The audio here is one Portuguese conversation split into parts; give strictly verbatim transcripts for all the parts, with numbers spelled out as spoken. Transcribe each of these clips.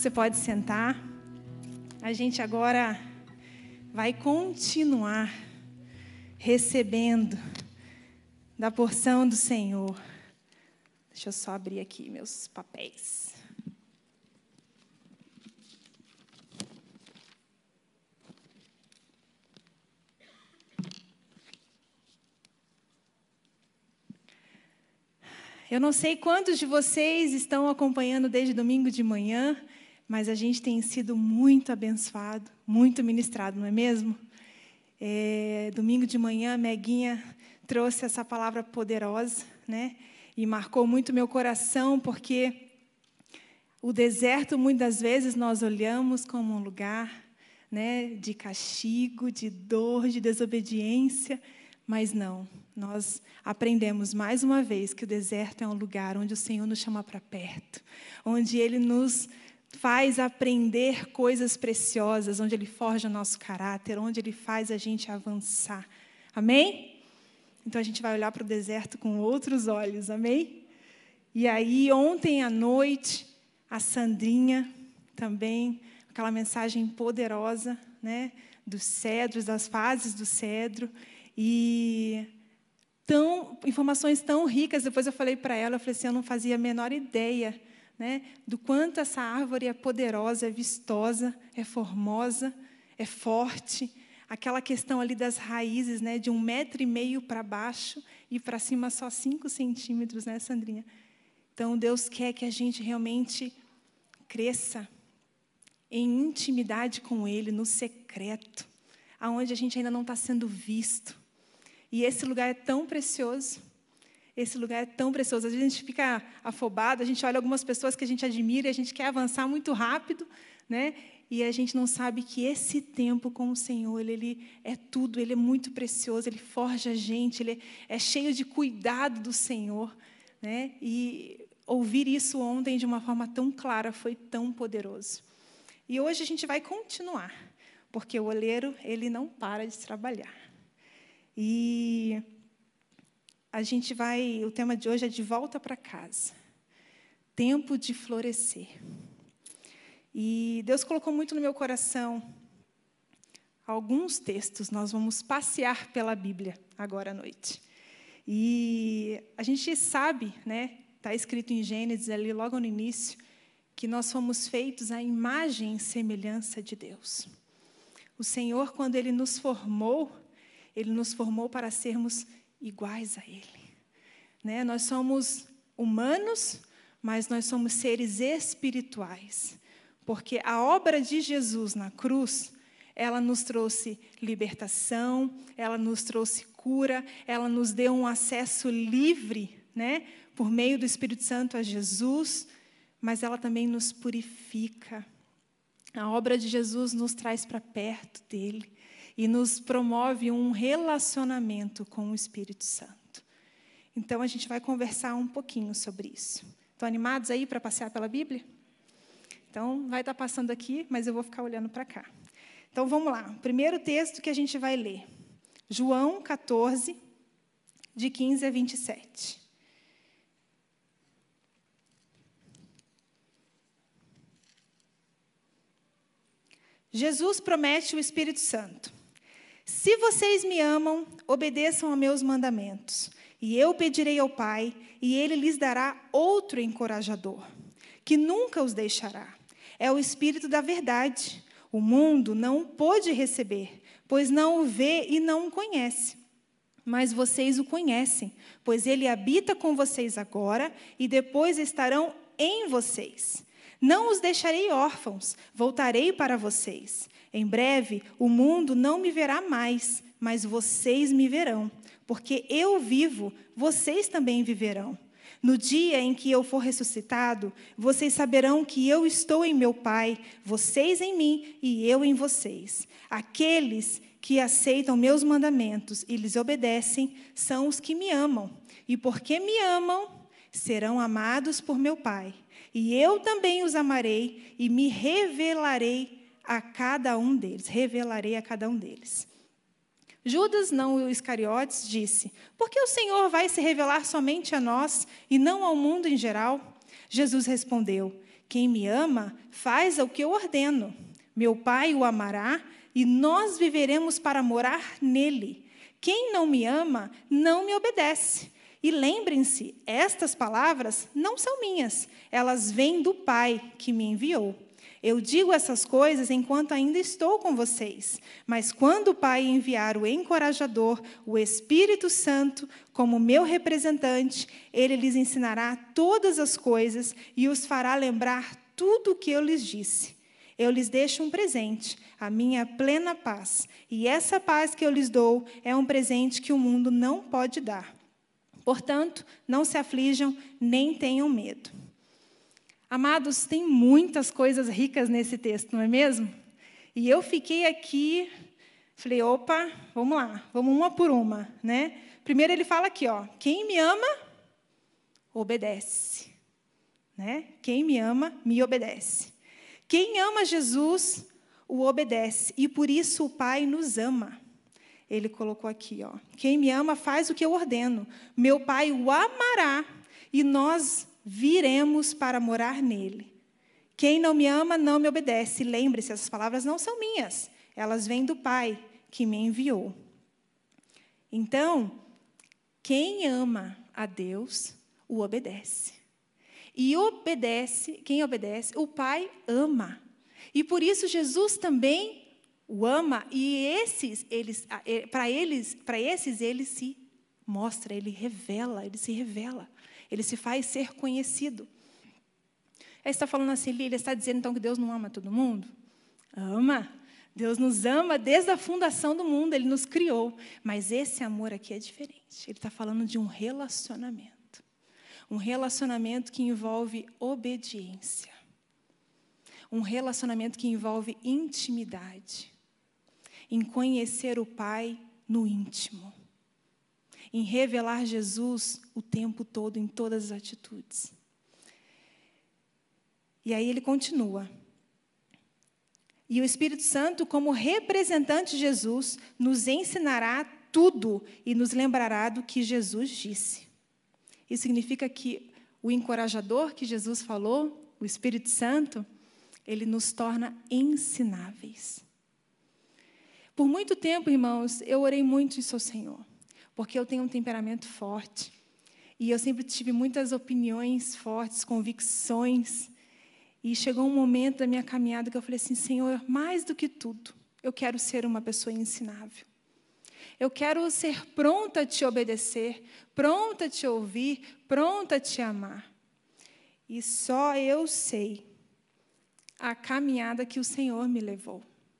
você pode sentar. A gente agora vai continuar recebendo da porção do Senhor. Deixa eu só abrir aqui meus papéis. Eu não sei quantos de vocês estão acompanhando desde domingo de manhã, mas a gente tem sido muito abençoado, muito ministrado, não é mesmo? É, domingo de manhã, a Meguinha trouxe essa palavra poderosa, né? E marcou muito meu coração, porque o deserto, muitas vezes, nós olhamos como um lugar, né, de castigo, de dor, de desobediência, mas não. Nós aprendemos mais uma vez que o deserto é um lugar onde o Senhor nos chama para perto, onde Ele nos faz aprender coisas preciosas, onde Ele forja o nosso caráter, onde Ele faz a gente avançar. Amém? Então a gente vai olhar para o deserto com outros olhos, amém? E aí, ontem à noite, a Sandrinha também, aquela mensagem poderosa, né, dos cedros, das fases do cedro, e tão, informações tão ricas. Depois eu falei para ela, eu falei assim, eu não fazia a menor ideia, né, do quanto essa árvore é poderosa, é vistosa, é formosa, é forte. Aquela questão ali das raízes, né, de um metro e meio para baixo e para cima só cinco centímetros, né, Sandrinha? Então, Deus quer que a gente realmente cresça em intimidade com Ele, no secreto, aonde a gente ainda não está sendo visto. E esse lugar é tão precioso, esse lugar é tão precioso. Às vezes a gente fica afobado, a gente olha algumas pessoas que a gente admira e a gente quer avançar muito rápido, né? E a gente não sabe que esse tempo com o Senhor, ele, ele é tudo, Ele é muito precioso, Ele forja a gente, Ele é cheio de cuidado do Senhor, né? E ouvir isso ontem de uma forma tão clara foi tão poderoso. E hoje a gente vai continuar, porque o oleiro, ele não para de trabalhar. E a gente vai, o tema de hoje é de volta para casa. Tempo de florescer. E Deus colocou muito no meu coração alguns textos. Nós vamos passear pela Bíblia agora à noite. E a gente sabe, né, está escrito em Gênesis ali logo no início, que nós fomos feitos à imagem e semelhança de Deus. O Senhor, quando Ele nos formou, Ele nos formou para sermos iguais a Ele. Né? Nós somos humanos, mas nós somos seres espirituais. Porque a obra de Jesus na cruz, ela nos trouxe libertação, ela nos trouxe cura, ela nos deu um acesso livre, né, por meio do Espírito Santo a Jesus, mas ela também nos purifica. A obra de Jesus nos traz para perto dele e nos promove um relacionamento com o Espírito Santo. Então, a gente vai conversar um pouquinho sobre isso. Estão animados aí para passear pela Bíblia? Então, vai estar passando aqui, mas eu vou ficar olhando para cá. Então, vamos lá. O primeiro texto que a gente vai ler. João catorze, de quinze a vinte e sete. Jesus promete o Espírito Santo. Se vocês me amam, obedeçam a meus mandamentos. E eu pedirei ao Pai, e Ele lhes dará outro encorajador, que nunca os deixará. É o Espírito da verdade. O mundo não o pôde receber, pois não o vê e não o conhece. Mas vocês o conhecem, pois Ele habita com vocês agora, e depois estarão em vocês. Não os deixarei órfãos, voltarei para vocês. Em breve, o mundo não me verá mais, mas vocês me verão. Porque eu vivo, vocês também viverão. No dia em que eu for ressuscitado, vocês saberão que eu estou em meu Pai, vocês em mim e eu em vocês. Aqueles que aceitam meus mandamentos e lhes obedecem são os que me amam. E porque me amam, serão amados por meu Pai. E eu também os amarei e me revelarei a cada um deles. Revelarei a cada um deles. Judas, não o Iscariotes, disse: por que o Senhor vai se revelar somente a nós e não ao mundo em geral? Jesus respondeu: Quem me ama faz o que eu ordeno. Meu Pai o amará e nós viveremos para morar nele. Quem não me ama não me obedece. E lembrem-se, estas palavras não são minhas, elas vêm do Pai que me enviou. Eu digo essas coisas enquanto ainda estou com vocês, mas quando o Pai enviar o encorajador, o Espírito Santo, como meu representante, ele lhes ensinará todas as coisas e os fará lembrar tudo o que eu lhes disse. Eu lhes deixo um presente, a minha plena paz, e essa paz que eu lhes dou é um presente que o mundo não pode dar. Portanto, não se aflijam, nem tenham medo. Amados, tem muitas coisas ricas nesse texto, não é mesmo? E eu fiquei aqui, falei, opa, vamos lá, vamos uma por uma, né? Primeiro ele fala aqui, ó, quem me ama, obedece. Né? Quem me ama, me obedece. Quem ama Jesus, o obedece, e por isso o Pai nos ama. Ele colocou aqui, ó, quem me ama faz o que eu ordeno. Meu Pai o amará e nós viremos para morar nele. Quem não me ama não me obedece. Lembre-se, essas palavras não são minhas. Elas vêm do Pai que me enviou. Então, quem ama a Deus, o obedece. E obedece, quem obedece, o Pai ama. E por isso Jesus também o ama, e esses, eles, para eles, para esses ele se mostra, ele revela, ele se revela, ele se faz ser conhecido. Aí está falando assim, ele está dizendo então que Deus não ama todo mundo? Ama. Deus nos ama desde a fundação do mundo, ele nos criou. Mas esse amor aqui é diferente. Ele está falando de um relacionamento. Um relacionamento que envolve obediência. Um relacionamento que envolve intimidade. Em conhecer o Pai no íntimo. Em revelar Jesus o tempo todo, em todas as atitudes. E aí ele continua. E o Espírito Santo, como representante de Jesus, nos ensinará tudo e nos lembrará do que Jesus disse. Isso significa que o encorajador que Jesus falou, o Espírito Santo, ele nos torna ensináveis. Por muito tempo, irmãos, eu orei muito isso ao Senhor, porque eu tenho um temperamento forte. E eu sempre tive muitas opiniões fortes, convicções. E chegou um momento da minha caminhada que eu falei assim, Senhor, mais do que tudo, eu quero ser uma pessoa ensinável. Eu quero ser pronta a te obedecer, pronta a te ouvir, pronta a te amar. E só eu sei a caminhada que o Senhor me levou.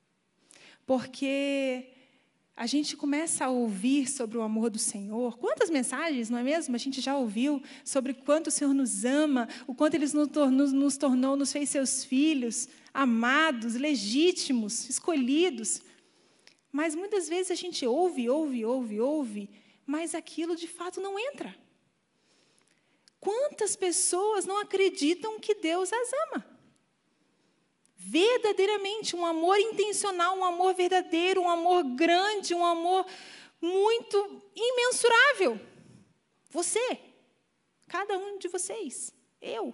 Porque a gente começa a ouvir sobre o amor do Senhor. Quantas mensagens, não é mesmo? A gente já ouviu sobre quanto o Senhor nos ama, o quanto Ele nos tornou, nos, tornou, nos fez seus filhos, amados, legítimos, escolhidos. Mas muitas vezes a gente ouve, ouve, ouve, ouve, mas aquilo de fato não entra. Quantas pessoas não acreditam que Deus as ama? Verdadeiramente, um amor intencional, um amor verdadeiro, um amor grande, um amor muito imensurável. Você, cada um de vocês, eu.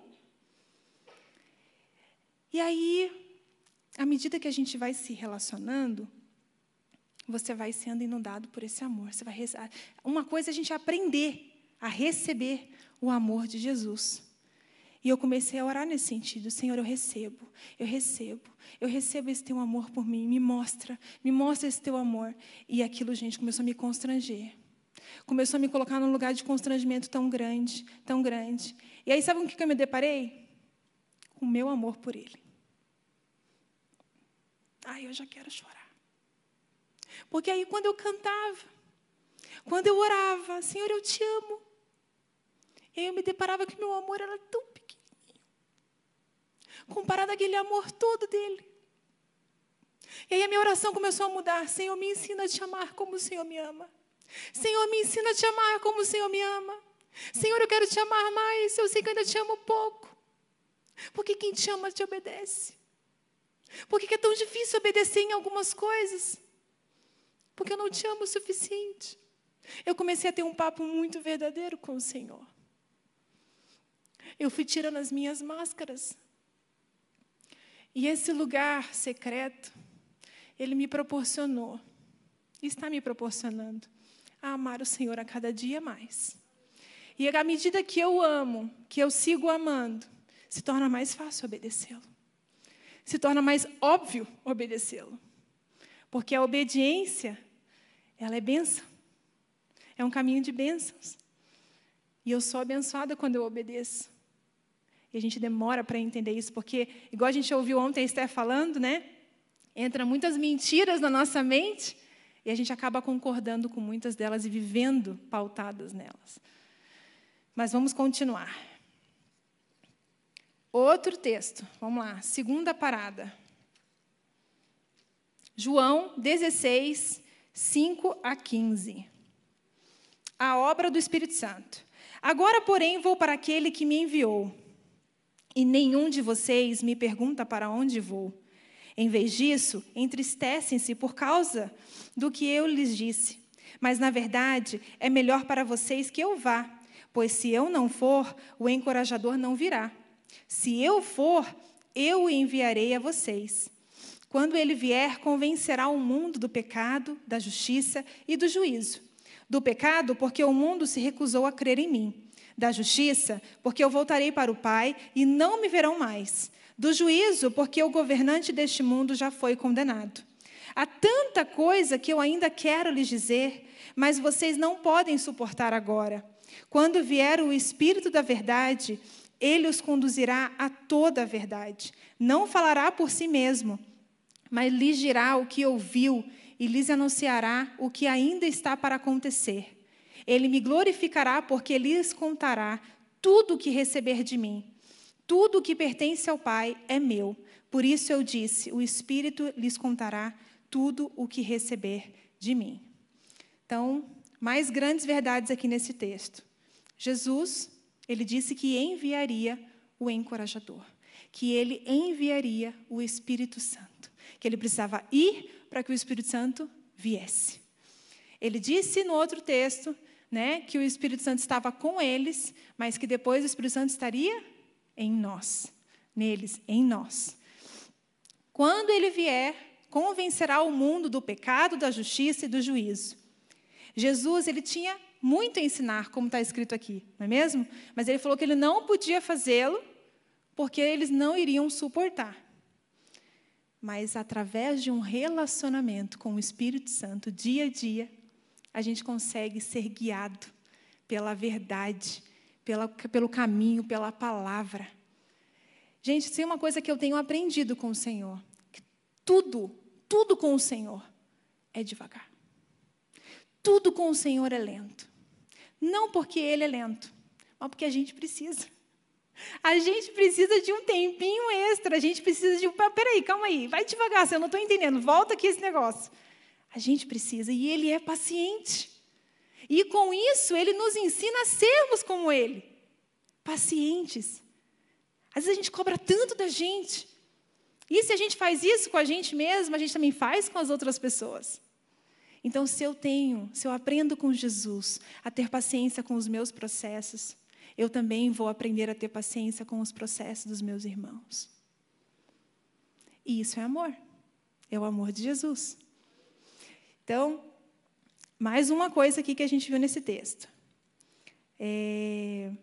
E aí, à medida que a gente vai se relacionando, você vai sendo inundado por esse amor. Você vai rezar. Uma coisa é a gente aprender a receber o amor de Jesus. E eu comecei a orar nesse sentido. Senhor, eu recebo, eu recebo, eu recebo esse teu amor por mim. Me mostra, me mostra esse teu amor. E aquilo, gente, começou a me constranger. Começou a me colocar num lugar de constrangimento tão grande, tão grande. E aí, sabe com o que eu me deparei? Com o meu amor por Ele. Ai, eu já quero chorar. Porque aí, quando eu cantava, quando eu orava, Senhor, eu te amo. E aí eu me deparava que meu amor era tão pequenininho, comparado àquele amor todo dele. E aí a minha oração começou a mudar. Senhor, me ensina a te amar como o Senhor me ama. Senhor, me ensina a te amar como o Senhor me ama. Senhor, eu quero te amar mais, eu sei que eu ainda te amo pouco. Porque quem te ama te obedece. Por que é tão difícil obedecer em algumas coisas? Porque eu não te amo o suficiente. Eu comecei a ter um papo muito verdadeiro com o Senhor. Eu fui tirando as minhas máscaras. E esse lugar secreto, Ele me proporcionou, está me proporcionando, a amar o Senhor a cada dia mais. E à medida que eu amo, que eu sigo amando, se torna mais fácil obedecê-lo. Se torna mais óbvio obedecê-lo. Porque a obediência, ela é bênção. É um caminho de bênçãos. E eu sou abençoada quando eu obedeço. E a gente demora para entender isso, porque, igual a gente ouviu ontem a Esther falando, né? Entra muitas mentiras na nossa mente e a gente acaba concordando com muitas delas e vivendo pautadas nelas. Mas vamos continuar. Outro texto, vamos lá, segunda parada. João dezesseis, cinco a quinze. A obra do Espírito Santo. Agora, porém, vou para aquele que me enviou, e nenhum de vocês me pergunta para onde vou. Em vez disso, entristecem-se por causa do que eu lhes disse. Mas, na verdade, é melhor para vocês que eu vá, pois se eu não for, o encorajador não virá. Se eu for, eu o enviarei a vocês. Quando ele vier, convencerá o mundo do pecado, da justiça e do juízo. Do pecado, porque o mundo se recusou a crer em mim. Da justiça, porque eu voltarei para o Pai e não me verão mais. Do juízo, porque o governante deste mundo já foi condenado. Há tanta coisa que eu ainda quero lhes dizer, mas vocês não podem suportar agora. Quando vier o Espírito da verdade, ele os conduzirá a toda a verdade. Não falará por si mesmo, mas lhes dirá o que ouviu e lhes anunciará o que ainda está para acontecer. Ele me glorificará porque lhes contará tudo o que receber de mim. Tudo o que pertence ao Pai é meu. Por isso eu disse, o Espírito lhes contará tudo o que receber de mim. Então, mais grandes verdades aqui nesse texto. Jesus, ele disse que enviaria o encorajador, que ele enviaria o Espírito Santo, que ele precisava ir para que o Espírito Santo viesse. Ele disse no outro texto, né, que o Espírito Santo estava com eles, mas que depois o Espírito Santo estaria em nós, neles, em nós. Quando ele vier, convencerá o mundo do pecado, da justiça e do juízo. Jesus, ele tinha muito a ensinar, como está escrito aqui, não é mesmo? Mas ele falou que ele não podia fazê-lo, porque eles não iriam suportar. Mas, através de um relacionamento com o Espírito Santo, dia a dia, a gente consegue ser guiado pela verdade, pela, pelo caminho, pela palavra. Gente, isso é uma coisa que eu tenho aprendido com o Senhor. Que tudo, tudo com o Senhor é devagar. Tudo com o Senhor é lento. Não porque Ele é lento, mas porque a gente precisa. A gente precisa de um tempinho extra, a gente precisa de um... Peraí, calma aí, vai devagar, você não estou entendendo, volta aqui esse negócio. A gente precisa, e Ele é paciente. E com isso, Ele nos ensina a sermos como Ele, pacientes. Às vezes a gente cobra tanto da gente. E se a gente faz isso com a gente mesmo, a gente também faz com as outras pessoas. Então, se eu tenho, se eu aprendo com Jesus a ter paciência com os meus processos, eu também vou aprender a ter paciência com os processos dos meus irmãos. E isso é amor. É o amor de Jesus. Então, mais uma coisa aqui que a gente viu nesse texto. É...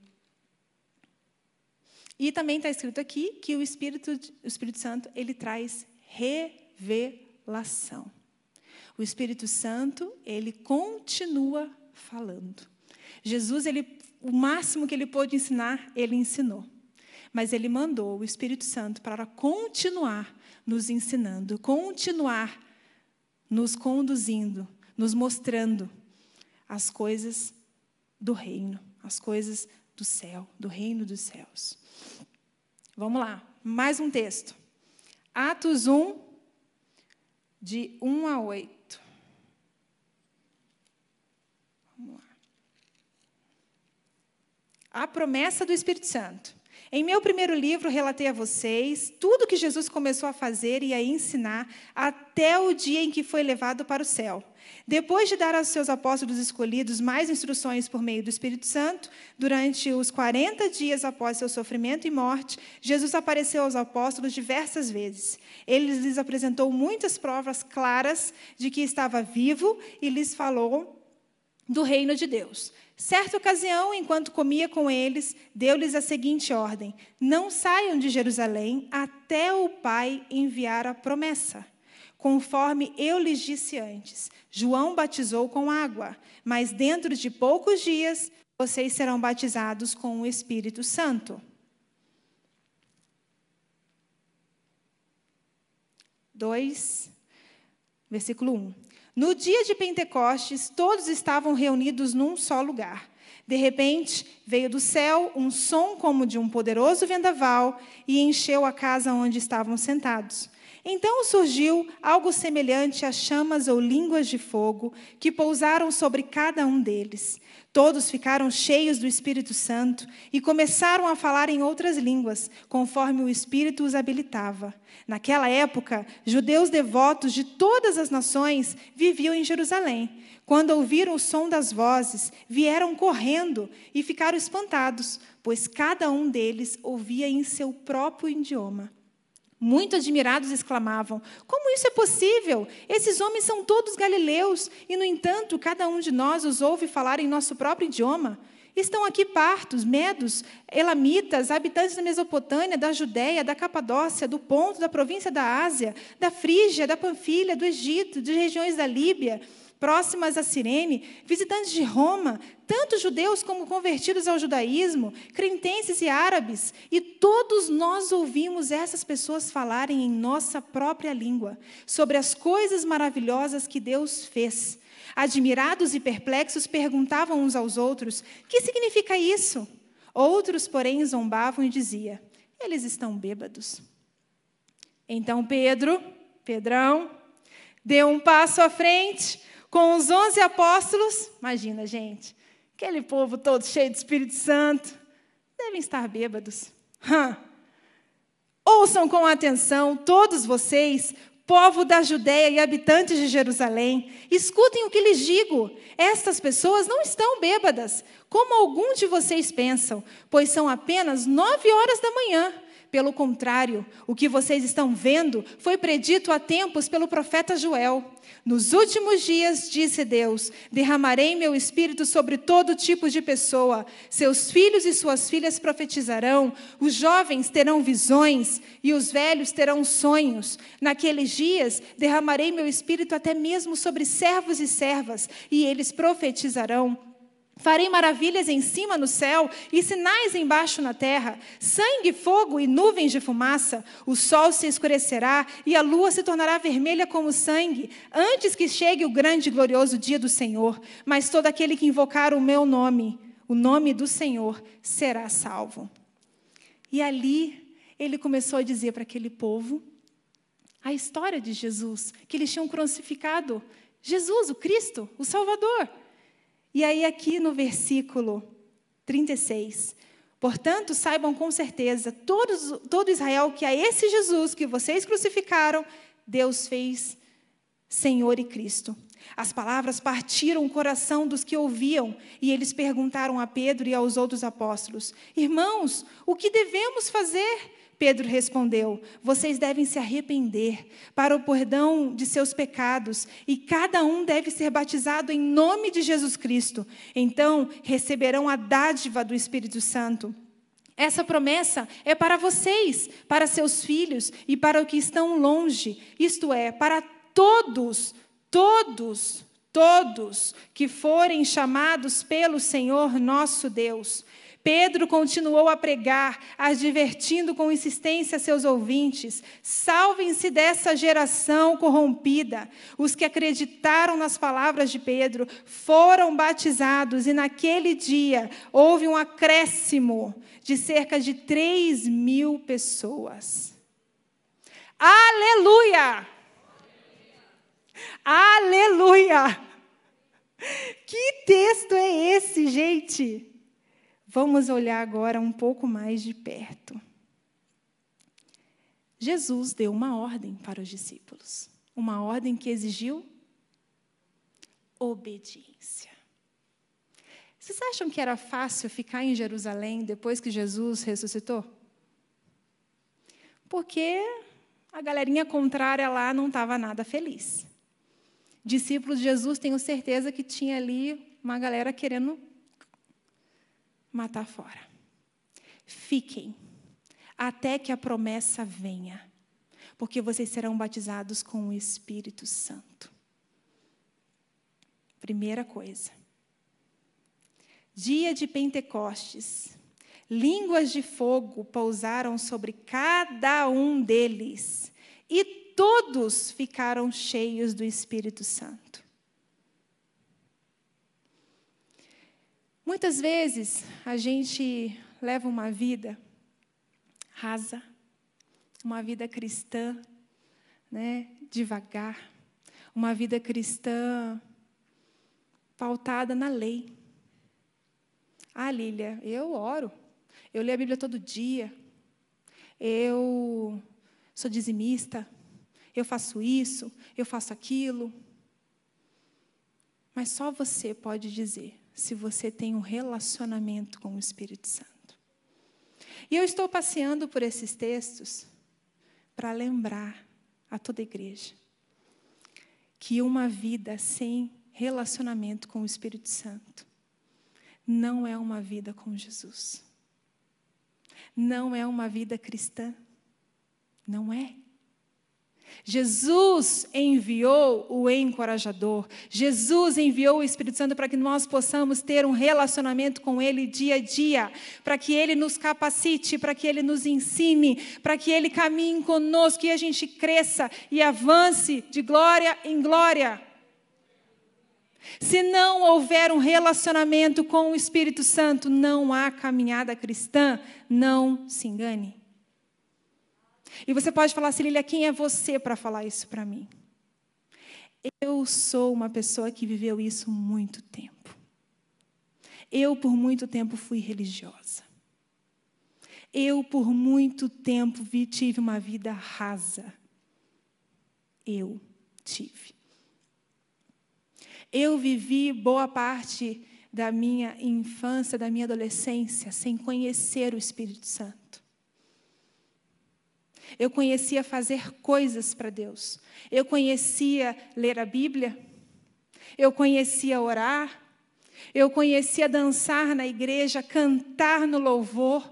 E também está escrito aqui que o Espírito, o Espírito Santo, ele traz revelação. O Espírito Santo, ele continua falando. Jesus, ele, o máximo que ele pôde ensinar, ele ensinou. Mas ele mandou o Espírito Santo para continuar nos ensinando, continuar nos conduzindo, nos mostrando as coisas do reino, as coisas do céu, do reino dos céus. Vamos lá, mais um texto. Atos um, de um a oito. Vamos lá. A promessa do Espírito Santo. Em meu primeiro livro, relatei a vocês tudo que Jesus começou a fazer e a ensinar até o dia em que foi levado para o céu. Depois de dar aos seus apóstolos escolhidos mais instruções por meio do Espírito Santo, durante os quarenta dias após seu sofrimento e morte, Jesus apareceu aos apóstolos diversas vezes. Ele lhes apresentou muitas provas claras de que estava vivo e lhes falou do reino de Deus. Certa ocasião, enquanto comia com eles, deu-lhes a seguinte ordem: não saiam de Jerusalém até o Pai enviar a promessa. Conforme eu lhes disse antes, João batizou com água, mas dentro de poucos dias vocês serão batizados com o Espírito Santo. dois, versículo um. No dia de Pentecostes, todos estavam reunidos num só lugar. De repente, veio do céu um som como de um poderoso vendaval e encheu a casa onde estavam sentados. Então surgiu algo semelhante a chamas ou línguas de fogo que pousaram sobre cada um deles. Todos ficaram cheios do Espírito Santo e começaram a falar em outras línguas, conforme o Espírito os habilitava. Naquela época, judeus devotos de todas as nações viviam em Jerusalém. Quando ouviram o som das vozes, vieram correndo e ficaram espantados, pois cada um deles ouvia em seu próprio idioma. Muito admirados exclamavam: como isso é possível? Esses homens são todos galileus, e, no entanto, cada um de nós os ouve falar em nosso próprio idioma. Estão aqui partos, medos, elamitas, habitantes da Mesopotâmia, da Judéia, da Capadócia, do Ponto, da província da Ásia, da Frígia, da Panfilha, do Egito, de regiões da Líbia, próximas a Cirene, visitantes de Roma, tanto judeus como convertidos ao judaísmo, cretenses e árabes, e todos nós ouvimos essas pessoas falarem em nossa própria língua, sobre as coisas maravilhosas que Deus fez. Admirados e perplexos, perguntavam uns aos outros: que significa isso? Outros, porém, zombavam e diziam: eles estão bêbados. Então Pedro, Pedrão, deu um passo à frente, com os onze apóstolos. Imagina, gente, aquele povo todo cheio do Espírito Santo, devem estar bêbados. Hum. Ouçam com atenção, todos vocês, povo da Judéia e habitantes de Jerusalém, escutem o que lhes digo. Estas pessoas não estão bêbadas, como alguns de vocês pensam, pois são apenas nove horas da manhã. Pelo contrário, o que vocês estão vendo foi predito há tempos pelo profeta Joel. Nos últimos dias, disse Deus, derramarei meu espírito sobre todo tipo de pessoa. Seus filhos e suas filhas profetizarão, os jovens terão visões e os velhos terão sonhos. Naqueles dias, derramarei meu espírito até mesmo sobre servos e servas, e eles profetizarão. Farei maravilhas em cima no céu e sinais embaixo na terra, sangue, fogo e nuvens de fumaça. O sol se escurecerá e a lua se tornará vermelha como sangue, antes que chegue o grande e glorioso dia do Senhor. Mas todo aquele que invocar o meu nome, o nome do Senhor, será salvo. E ali ele começou a dizer para aquele povo a história de Jesus, que eles tinham crucificado Jesus, o Cristo, o Salvador. E aí aqui no versículo trinta e seis, portanto, saibam com certeza, todos, todo Israel, que a esse Jesus que vocês crucificaram, Deus fez Senhor e Cristo. As palavras partiram o coração dos que ouviam, e eles perguntaram a Pedro e aos outros apóstolos: irmãos, o que devemos fazer? Pedro respondeu: vocês devem se arrepender para o perdão de seus pecados, e cada um deve ser batizado em nome de Jesus Cristo. Então receberão a dádiva do Espírito Santo. Essa promessa é para vocês, para seus filhos e para os que estão longe, isto é, para todos, todos, todos que forem chamados pelo Senhor nosso Deus. Pedro continuou a pregar, advertindo com insistência seus ouvintes: salvem-se dessa geração corrompida. Os que acreditaram nas palavras de Pedro foram batizados, e naquele dia houve um acréscimo de cerca de três mil pessoas. Aleluia! Aleluia! Que texto é esse, gente? Vamos olhar agora um pouco mais de perto. Jesus deu uma ordem para os discípulos, uma ordem que exigiu obediência. Vocês acham que era fácil ficar em Jerusalém depois que Jesus ressuscitou? Porque a galerinha contrária lá não estava nada feliz. Discípulos de Jesus, tenho certeza que tinha ali uma galera querendo matar fora. Fiquem até que a promessa venha, porque vocês serão batizados com o Espírito Santo. Primeira coisa. Dia de Pentecostes, línguas de fogo pousaram sobre cada um deles, e todos ficaram cheios do Espírito Santo. Muitas vezes a gente leva uma vida rasa, uma vida cristã, né, devagar, uma vida cristã pautada na lei. Ah, Lília, eu oro, eu leio a Bíblia todo dia, eu sou dizimista, eu faço isso, eu faço aquilo. Mas só você pode dizer se você tem um relacionamento com o Espírito Santo. E eu estou passeando por esses textos para lembrar a toda a igreja que uma vida sem relacionamento com o Espírito Santo não é uma vida com Jesus. Não é uma vida cristã. Não é. Jesus enviou o encorajador. Jesus enviou o Espírito Santo para que nós possamos ter um relacionamento com Ele dia a dia, para que Ele nos capacite, para que Ele nos ensine, para que Ele caminhe conosco e a gente cresça e avance de glória em glória. Se não houver um relacionamento com o Espírito Santo, não há caminhada cristã, não se engane. E você pode falar assim, Lília, quem é você para falar isso para mim? Eu sou uma pessoa que viveu isso muito tempo. Eu, por muito tempo, fui religiosa. Eu, por muito tempo, vi, tive uma vida rasa. Eu tive. Eu vivi boa parte da minha infância, da minha adolescência, sem conhecer o Espírito Santo. Eu conhecia fazer coisas para Deus. Eu conhecia ler a Bíblia. Eu conhecia orar. Eu conhecia dançar na igreja, cantar no louvor.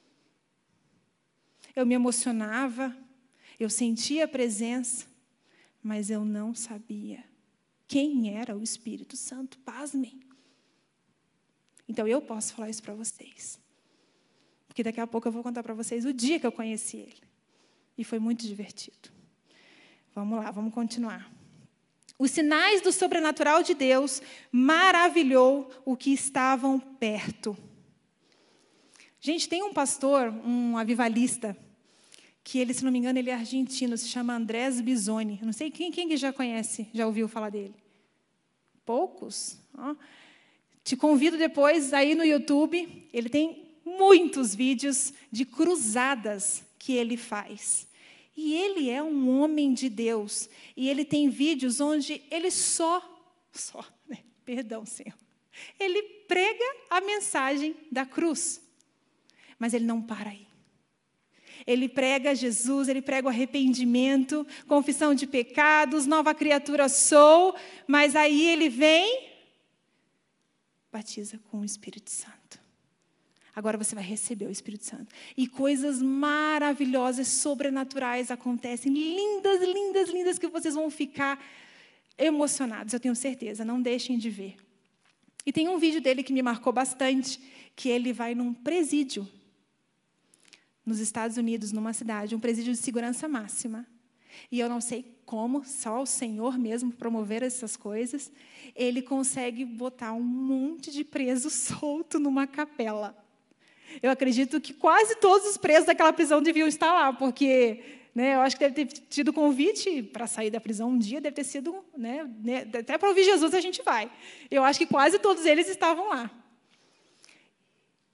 Eu me emocionava. Eu sentia a presença. Mas eu não sabia quem era o Espírito Santo. Pasmem. Então, eu posso falar isso para vocês. Porque daqui a pouco eu vou contar para vocês o dia que eu conheci Ele. E foi muito divertido. Vamos lá, vamos continuar. Os sinais do sobrenatural de Deus maravilhou o que estavam perto. Gente, tem um pastor, um avivalista, que ele, se não me engano, ele é argentino, se chama Andrés Bisoni. Eu não sei quem, quem já conhece, já ouviu falar dele. Poucos? Ó. Te convido depois, aí no YouTube, ele tem muitos vídeos de cruzadas que ele faz. E ele é um homem de Deus. E ele tem vídeos onde ele só, só, né? Perdão, Senhor. Ele prega a mensagem da cruz. Mas ele não para aí. Ele prega Jesus, ele prega o arrependimento, confissão de pecados, nova criatura sou, mas aí ele vem, batiza com o Espírito Santo. Agora você vai receber o Espírito Santo. E coisas maravilhosas, sobrenaturais acontecem, lindas, lindas, lindas, que vocês vão ficar emocionados, eu tenho certeza, não deixem de ver. E tem um vídeo dele que me marcou bastante, que ele vai num presídio, nos Estados Unidos, numa cidade, um presídio de segurança máxima. E eu não sei como, só o Senhor mesmo promover essas coisas, ele consegue botar um monte de preso solto numa capela. Eu acredito que quase todos os presos daquela prisão deviam estar lá, porque, né, eu acho que deve ter tido convite para sair da prisão um dia, deve ter sido, né, até para ouvir Jesus a gente vai. Eu acho que quase todos eles estavam lá.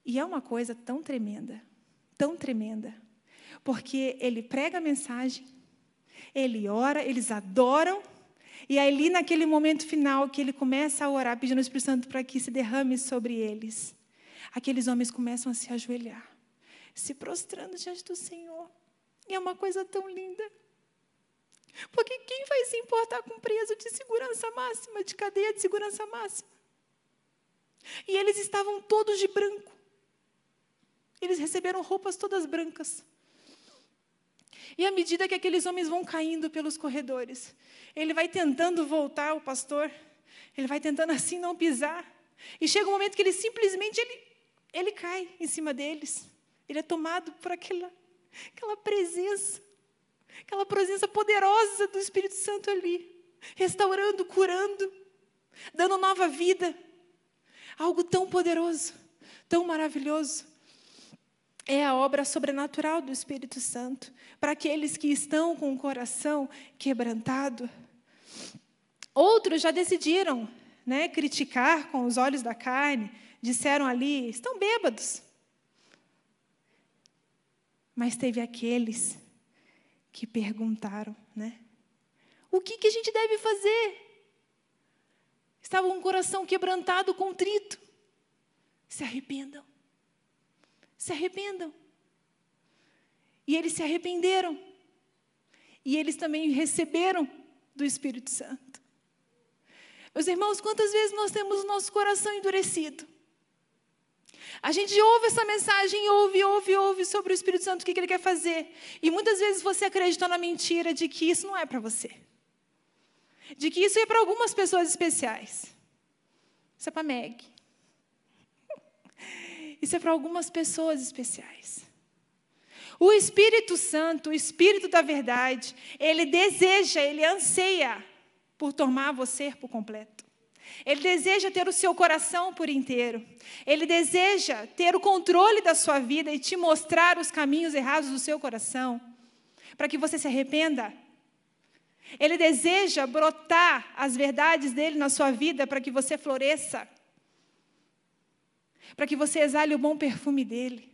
E é uma coisa tão tremenda, tão tremenda, porque ele prega a mensagem, ele ora, eles adoram, e ali naquele momento final que ele começa a orar, pedindo ao Espírito Santo para que se derrame sobre eles, aqueles homens começam a se ajoelhar, se prostrando diante do Senhor. E é uma coisa tão linda. Porque quem vai se importar com preso de segurança máxima, de cadeia de segurança máxima? E eles estavam todos de branco. Eles receberam roupas todas brancas. E à medida que aqueles homens vão caindo pelos corredores, ele vai tentando voltar, o pastor, ele vai tentando assim não pisar. E chega um momento que ele simplesmente ele, ele cai em cima deles. Ele é tomado por aquela, aquela presença, aquela presença poderosa do Espírito Santo ali, restaurando, curando, dando nova vida. Algo tão poderoso, tão maravilhoso. É a obra sobrenatural do Espírito Santo para aqueles que estão com o coração quebrantado. Outros já decidiram, né, criticar com os olhos da carne, disseram ali, estão bêbados. Mas teve aqueles que perguntaram, né, o que, que a gente deve fazer? Estavam com o coração quebrantado, contrito. Se arrependam. Se arrependam. E eles se arrependeram. E eles também receberam do Espírito Santo. Meus irmãos, quantas vezes nós temos o nosso coração endurecido? A gente ouve essa mensagem, ouve, ouve, ouve sobre o Espírito Santo, o que ele quer fazer. E muitas vezes você acreditou na mentira de que isso não é para você. De que isso é para algumas pessoas especiais. Isso é para Meg. Isso é para algumas pessoas especiais. O Espírito Santo, o Espírito da verdade, ele deseja, ele anseia por tomar você por completo. Ele deseja ter o seu coração por inteiro. Ele deseja ter o controle da sua vida e te mostrar os caminhos errados do seu coração, para que você se arrependa. Ele deseja brotar as verdades dele na sua vida para que você floresça, para que você exale o bom perfume dele.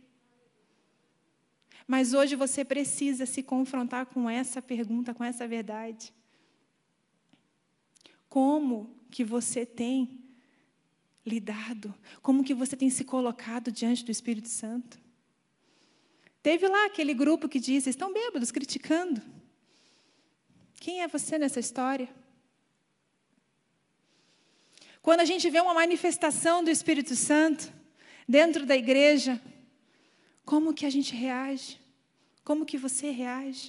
Mas hoje você precisa se confrontar com essa pergunta, com essa verdade. Como que você tem lidado? Como que você tem se colocado diante do Espírito Santo? Teve lá aquele grupo que disse, estão bêbados, criticando. Quem é você nessa história? Quando a gente vê uma manifestação do Espírito Santo dentro da igreja, como que a gente reage? Como que você reage?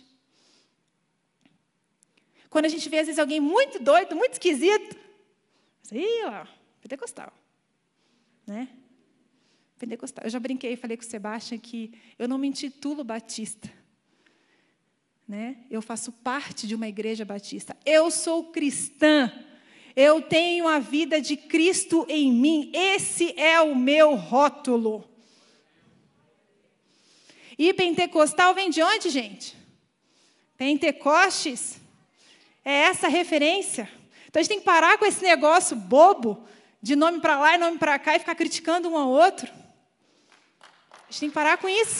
Quando a gente vê, às vezes, alguém muito doido, muito esquisito, ih, ó, pentecostal, né? Pentecostal. Eu já brinquei, falei com o Sebastião que eu não me intitulo batista, né? Eu faço parte de uma igreja batista. Eu sou cristã. Eu tenho a vida de Cristo em mim. Esse é o meu rótulo. E pentecostal vem de onde, gente? Pentecostes. É essa a referência. Então, a gente tem que parar com esse negócio bobo de nome para lá e nome para cá e ficar criticando um ao outro. A gente tem que parar com isso.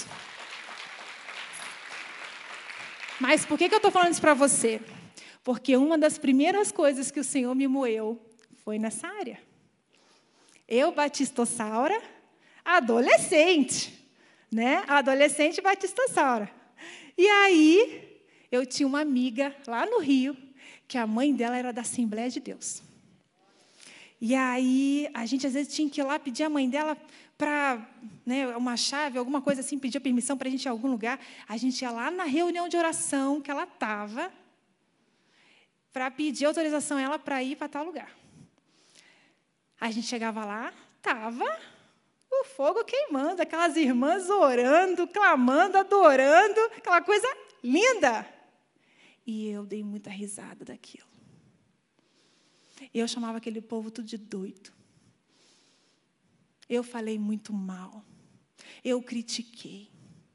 Mas por que, que eu estou falando isso para você? Porque uma das primeiras coisas que o Senhor me moeu foi nessa área. Eu, batistossaura, adolescente, né? Adolescente batistossaura. E aí, eu tinha uma amiga lá no Rio, que a mãe dela era da Assembleia de Deus. E aí, a gente às vezes tinha que ir lá pedir a mãe dela para, né, uma chave, alguma coisa assim, pedir permissão para a gente ir a algum lugar. A gente ia lá na reunião de oração que ela estava, para pedir autorização a ela para ir para tal lugar. A gente chegava lá, estava o fogo queimando, aquelas irmãs orando, clamando, adorando, aquela coisa linda. E eu dei muita risada daquilo. Eu chamava aquele povo tudo de doido. Eu falei muito mal. Eu critiquei.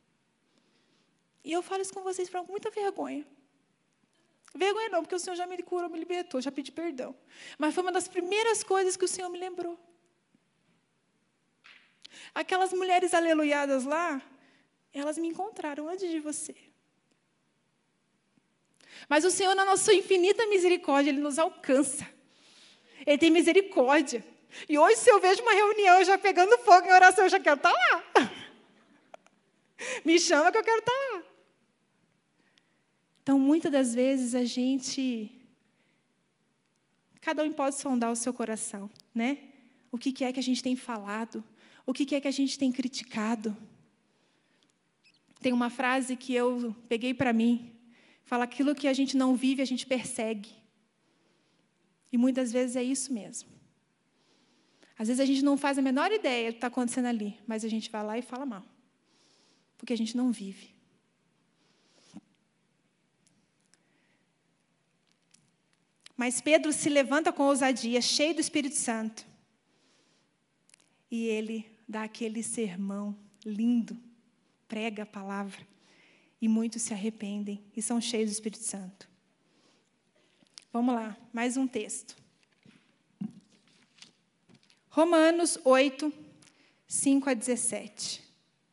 E eu falo isso com vocês com muita vergonha. Vergonha não, porque o Senhor já me curou, me libertou, já pedi perdão. Mas foi uma das primeiras coisas que o Senhor me lembrou. Aquelas mulheres aleluiadas lá, elas me encontraram antes de você. Mas o Senhor, na sua infinita misericórdia, Ele nos alcança. Ele tem misericórdia. E hoje, se eu vejo uma reunião, eu já pegando fogo em oração, eu já quero estar lá. Me chama que eu quero estar lá. Então, muitas das vezes, a gente... Cada um pode sondar o seu coração, né? O que que é que a gente tem falado? O que que é que a gente tem criticado? Tem uma frase que eu peguei para mim. Fala, aquilo que a gente não vive, a gente persegue. E muitas vezes é isso mesmo. Às vezes a gente não faz a menor ideia do que está acontecendo ali, mas a gente vai lá e fala mal. Porque a gente não vive. Mas Pedro se levanta com ousadia, cheio do Espírito Santo. E ele dá aquele sermão lindo, prega a palavra. E muitos se arrependem e são cheios do Espírito Santo. Vamos lá, mais um texto. Romanos oito, cinco a dezessete.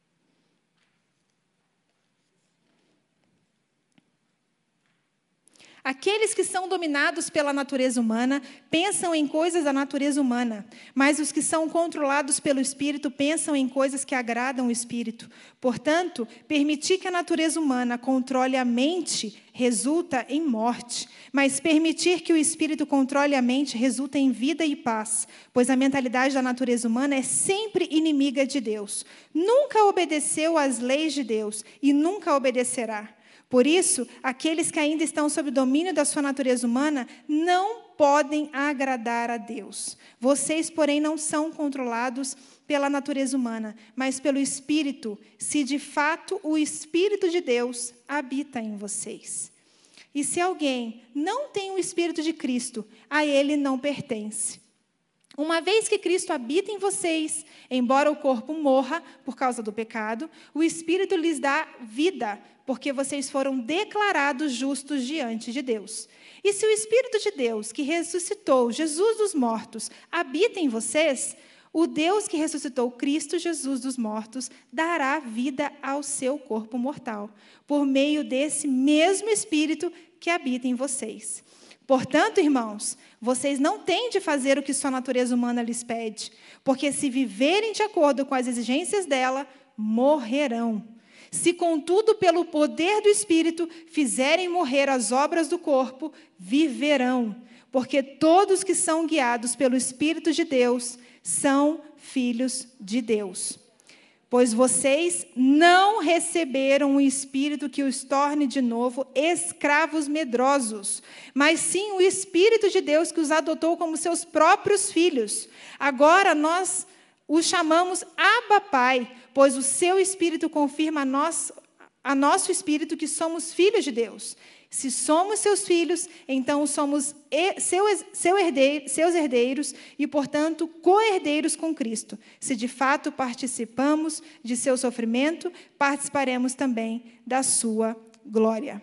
Aqueles que são dominados pela natureza humana pensam em coisas da natureza humana, mas os que são controlados pelo Espírito pensam em coisas que agradam o Espírito. Portanto, permitir que a natureza humana controle a mente resulta em morte, mas permitir que o Espírito controle a mente resulta em vida e paz, pois a mentalidade da natureza humana é sempre inimiga de Deus. Nunca obedeceu às leis de Deus e nunca obedecerá. Por isso, aqueles que ainda estão sob o domínio da sua natureza humana não podem agradar a Deus. Vocês, porém, não são controlados pela natureza humana, mas pelo Espírito, se de fato o Espírito de Deus habita em vocês. E se alguém não tem o Espírito de Cristo, a ele não pertence. Uma vez que Cristo habita em vocês, embora o corpo morra por causa do pecado, o Espírito lhes dá vida, porque vocês foram declarados justos diante de Deus. E se o Espírito de Deus, que ressuscitou Jesus dos mortos, habita em vocês, o Deus que ressuscitou Cristo Jesus dos mortos dará vida ao seu corpo mortal, por meio desse mesmo Espírito que habita em vocês. Portanto, irmãos, vocês não têm de fazer o que sua natureza humana lhes pede, porque se viverem de acordo com as exigências dela, morrerão. Se, contudo, pelo poder do Espírito, fizerem morrer as obras do corpo, viverão. Porque todos que são guiados pelo Espírito de Deus são filhos de Deus. Pois vocês não receberam um espírito que os torne de novo escravos medrosos, mas sim o Espírito de Deus que os adotou como seus próprios filhos. Agora nós os chamamos Abba Pai, pois o seu Espírito confirma a, nós, a nosso Espírito que somos filhos de Deus. Se somos seus filhos, então somos seus, seus herdeiros e, portanto, co-herdeiros com Cristo. Se de fato participamos de seu sofrimento, participaremos também da sua glória.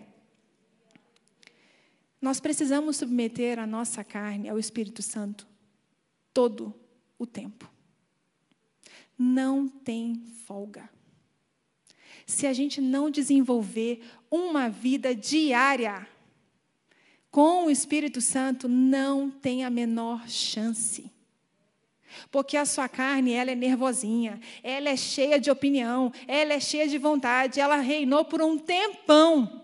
Nós precisamos submeter a nossa carne ao Espírito Santo todo o tempo. Não tem folga. Se a gente não desenvolver uma vida diária com o Espírito Santo, não tem a menor chance. Porque a sua carne, ela é nervosinha, ela é cheia de opinião, ela é cheia de vontade, ela reinou por um tempão.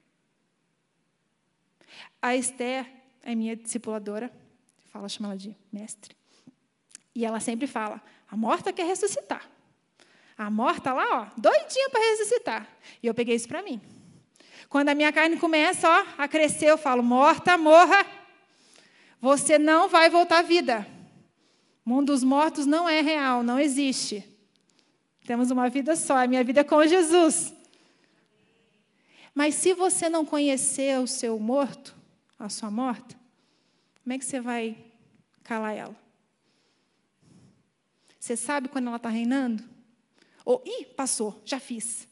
A Esther é minha discipuladora, fala, chama ela de mestre, e ela sempre fala, a morta quer ressuscitar. A morta lá, ó, doidinha para ressuscitar. E eu peguei isso para mim. Quando a minha carne começa ó, a crescer, eu falo, morta, morra. Você não vai voltar à vida. O mundo dos mortos não é real, não existe. Temos uma vida só, a minha vida é com Jesus. Mas se você não conhecer o seu morto, a sua morta, como é que você vai calar ela? Você sabe quando ela está reinando? Ou, ih, passou, já fiz.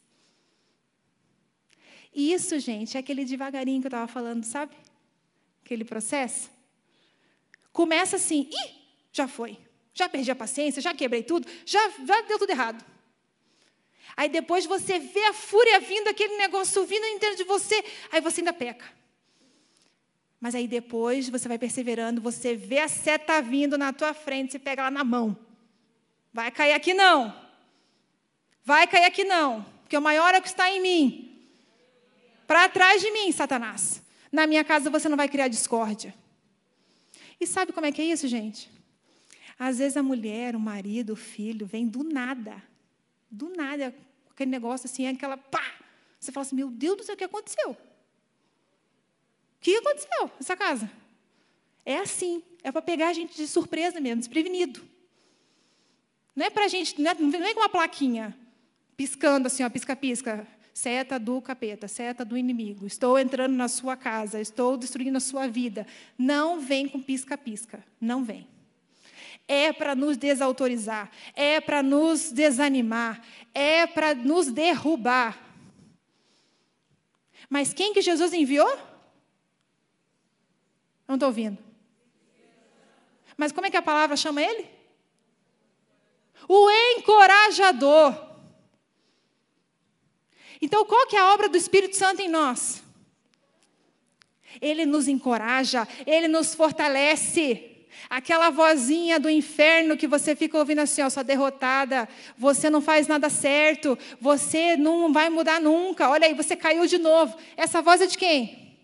E isso, gente, é aquele devagarinho que eu estava falando, sabe? Aquele processo. Começa assim, ih, já foi. Já perdi a paciência, já quebrei tudo, já, já deu tudo errado. Aí depois você vê a fúria vindo, aquele negócio vindo dentro de você, aí você ainda peca. Mas aí depois você vai perseverando, você vê a seta vindo na tua frente, você pega ela na mão. Vai cair aqui não. Vai cair aqui não, porque o maior é o que está em mim. Para trás de mim, Satanás. Na minha casa você não vai criar discórdia. E sabe como é que é isso, gente? Às vezes a mulher, o marido, o filho, vem do nada. Do nada, aquele negócio assim, aquela pá. Você fala assim, meu Deus do céu, o que aconteceu? O que aconteceu nessa casa? É assim, é para pegar a gente de surpresa mesmo, desprevenido. Não é para a gente, não é, não é com uma plaquinha, piscando assim, ó, pisca-pisca, seta do capeta, seta do inimigo, estou entrando na sua casa, estou destruindo a sua vida. Não vem com pisca-pisca, não vem. É para nos desautorizar, é para nos desanimar, é para nos derrubar. Mas quem que Jesus enviou? Não estou ouvindo. Mas como é que a palavra chama ele? O encorajador. Então, qual que é a obra do Espírito Santo em nós? Ele nos encoraja, ele nos fortalece. Aquela vozinha do inferno que você fica ouvindo assim, ó, sua derrotada, você não faz nada certo, você não vai mudar nunca, olha aí, você caiu de novo. Essa voz é de quem?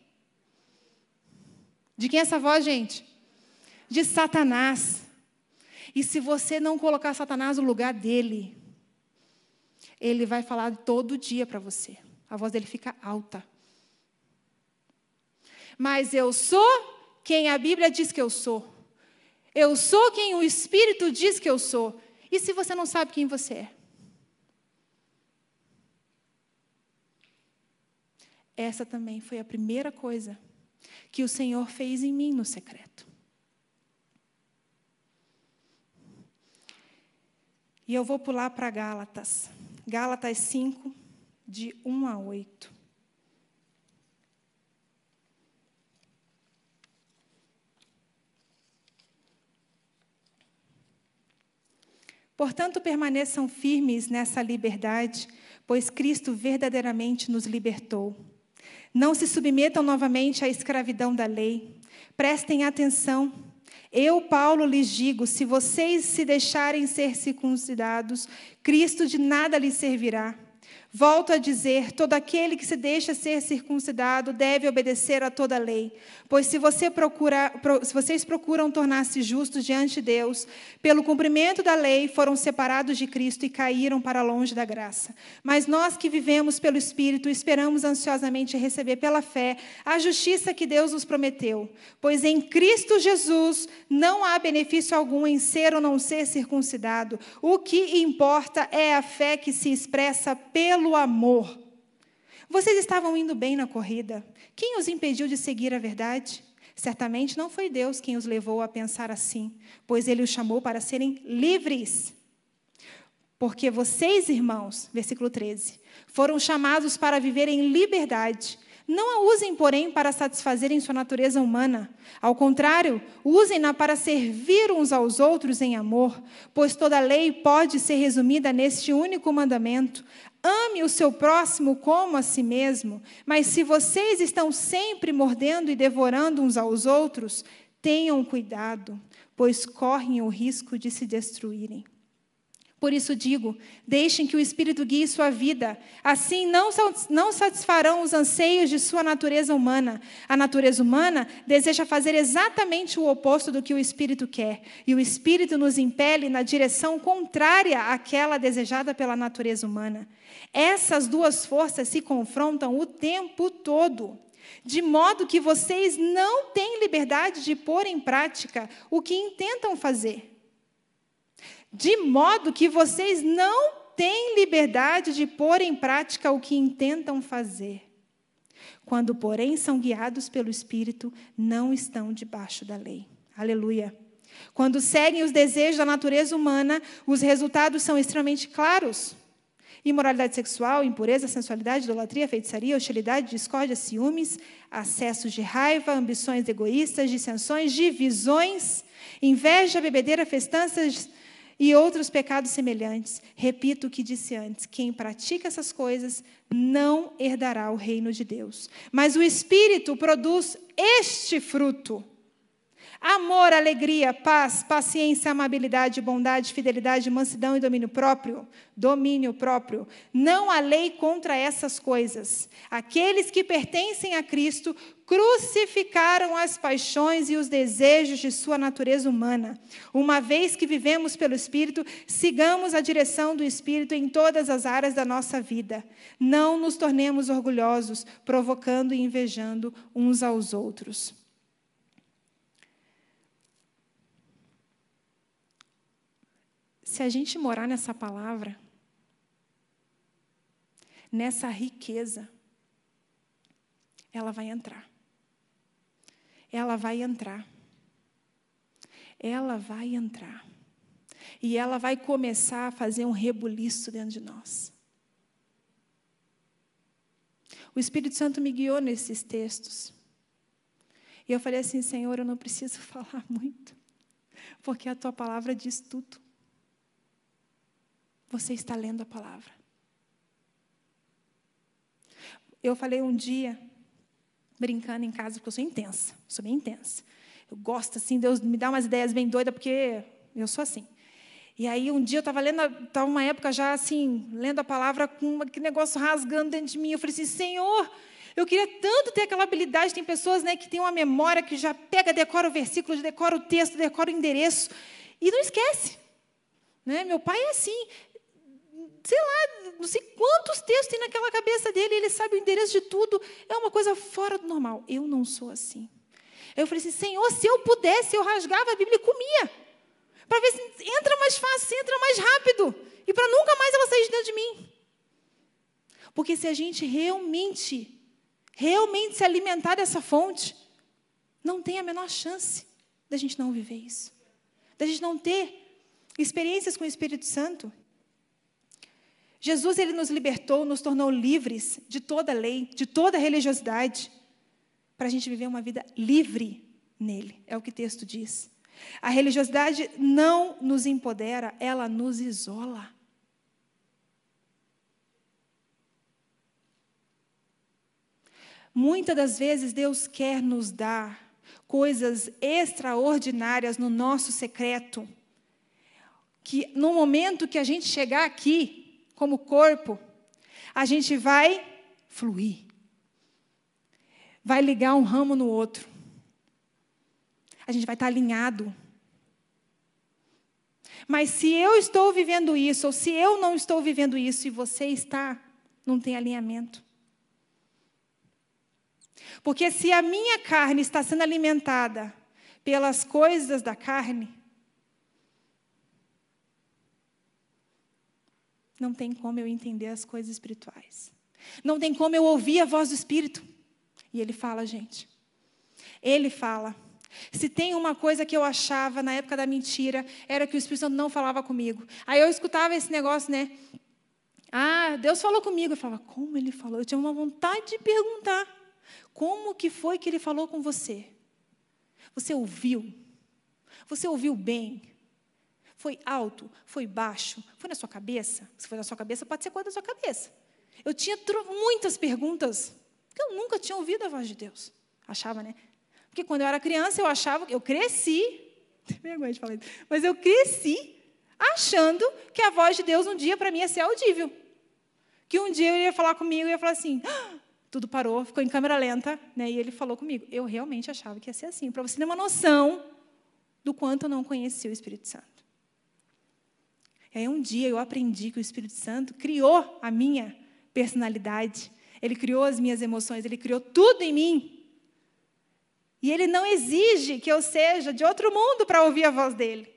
De quem é essa voz, gente? De Satanás. E se você não colocar Satanás no lugar dele, ele vai falar todo dia para você. A voz dele fica alta. Mas eu sou quem a Bíblia diz que eu sou. Eu sou quem o Espírito diz que eu sou. E se você não sabe quem você é? Essa também foi a primeira coisa que o Senhor fez em mim no secreto. E eu vou pular para Gálatas. Gálatas cinco, de um a oito. Portanto, permaneçam firmes nessa liberdade, pois Cristo verdadeiramente nos libertou. Não se submetam novamente à escravidão da lei. Prestem atenção. Eu, Paulo, lhes digo, se vocês se deixarem ser circuncidados, Cristo de nada lhes servirá. Volto a dizer, todo aquele que se deixa ser circuncidado deve obedecer a toda a lei. Pois se, você procura, se vocês procuram tornar-se justos diante de Deus, pelo cumprimento da lei foram separados de Cristo e caíram para longe da graça. Mas nós que vivemos pelo Espírito, esperamos ansiosamente receber pela fé a justiça que Deus nos prometeu. Pois em Cristo Jesus não há benefício algum em ser ou não ser circuncidado. O que importa é a fé que se expressa pelo Pelo amor. Vocês estavam indo bem na corrida. Quem os impediu de seguir a verdade? Certamente não foi Deus quem os levou a pensar assim, pois Ele os chamou para serem livres. Porque vocês, irmãos, versículo treze, foram chamados para viver em liberdade. Não a usem, porém, para satisfazerem sua natureza humana. Ao contrário, usem-na para servir uns aos outros em amor, pois toda a lei pode ser resumida neste único mandamento: ame o seu próximo como a si mesmo. Mas se vocês estão sempre mordendo e devorando uns aos outros, tenham cuidado, pois correm o risco de se destruírem. Por isso digo, deixem que o Espírito guie sua vida. Assim não, não satisfarão os anseios de sua natureza humana. A natureza humana deseja fazer exatamente o oposto do que o Espírito quer. E o Espírito nos impele na direção contrária àquela desejada pela natureza humana. Essas duas forças se confrontam o tempo todo. De modo que vocês não têm liberdade de pôr em prática o que intentam fazer. De modo que vocês não têm liberdade de pôr em prática o que intentam fazer. Quando, porém, são guiados pelo Espírito, não estão debaixo da lei. Aleluia. Quando seguem os desejos da natureza humana, os resultados são extremamente claros. Imoralidade sexual, impureza, sensualidade, idolatria, feitiçaria, hostilidade, discórdia, ciúmes, acessos de raiva, ambições egoístas, dissensões, divisões Inveja, bebedeira, festanças e outros pecados semelhantes. Repito o que disse antes: quem pratica essas coisas não herdará o reino de Deus. Mas o Espírito produz este fruto: amor, alegria, paz, paciência, amabilidade, bondade, fidelidade, mansidão e domínio próprio. Domínio próprio. Não há lei contra essas coisas. Aqueles que pertencem a Cristo crucificaram as paixões e os desejos de sua natureza humana. Uma vez que vivemos pelo Espírito, sigamos a direção do Espírito em todas as áreas da nossa vida. Não nos tornemos orgulhosos, provocando e invejando uns aos outros. Se a gente morar nessa palavra, nessa riqueza, ela vai entrar. Ela vai entrar. Ela vai entrar. E ela vai começar a fazer um rebuliço dentro de nós. O Espírito Santo me guiou nesses textos. E eu falei assim: Senhor, eu não preciso falar muito, porque a tua palavra diz tudo. Você está lendo a palavra. Eu falei um dia, brincando em casa, porque eu sou intensa, sou bem intensa. Eu gosto, assim, Deus me dá umas ideias bem doidas, porque eu sou assim. E aí, um dia, eu estava lendo, estava uma época já, assim, lendo a palavra, com aquele negócio rasgando dentro de mim. Eu falei assim: Senhor, eu queria tanto ter aquela habilidade. Tem pessoas, né, que têm uma memória que já pega, decora o versículo, decora o texto, decora o endereço, e não esquece. Né? Meu pai é assim. Sei lá, não sei quantos textos tem naquela cabeça dele, ele sabe o endereço de tudo, é uma coisa fora do normal. Eu não sou assim. Eu falei assim: Senhor, se eu pudesse, eu rasgava a Bíblia e comia, para ver se entra mais fácil, se entra mais rápido, e para nunca mais ela sair de dentro de mim. Porque se a gente realmente, realmente se alimentar dessa fonte, não tem a menor chance da gente não viver isso, da gente não ter experiências com o Espírito Santo. Jesus, ele nos libertou, nos tornou livres de toda lei, de toda religiosidade, para a gente viver uma vida livre nele, é o que o texto diz. A religiosidade não nos empodera, ela nos isola. Muitas das vezes Deus quer nos dar coisas extraordinárias no nosso secreto, que no momento que a gente chegar aqui, como corpo, a gente vai fluir. Vai ligar um ramo no outro. A gente vai estar alinhado. Mas se eu estou vivendo isso, ou se eu não estou vivendo isso, e você está, não tem alinhamento. Porque se a minha carne está sendo alimentada pelas coisas da carne, não tem como eu entender as coisas espirituais. Não tem como eu ouvir a voz do Espírito. E Ele fala, gente. Ele fala. Se tem uma coisa que eu achava na época da mentira, era que o Espírito Santo não falava comigo. Aí eu escutava esse negócio, né? Ah, Deus falou comigo. Eu falava: como Ele falou? Eu tinha uma vontade de perguntar. Como que foi que Ele falou com você? Você ouviu? Você ouviu bem? Foi alto? Foi baixo? Foi na sua cabeça? Se foi na sua cabeça, pode ser coisa da sua cabeça. Eu tinha muitas perguntas, porque eu nunca tinha ouvido a voz de Deus. Achava, né? Porque quando eu era criança, eu achava, eu cresci, tem vergonha de falar isso, mas eu cresci achando que a voz de Deus um dia para mim ia ser audível. Que um dia ele ia falar comigo e ia falar assim, ah! Tudo parou, ficou em câmera lenta, né? E ele falou comigo. Eu realmente achava que ia ser assim, para você ter uma noção do quanto eu não conhecia o Espírito Santo. E aí um dia eu aprendi que o Espírito Santo criou a minha personalidade, ele criou as minhas emoções, ele criou tudo em mim. E ele não exige que eu seja de outro mundo para ouvir a voz dele.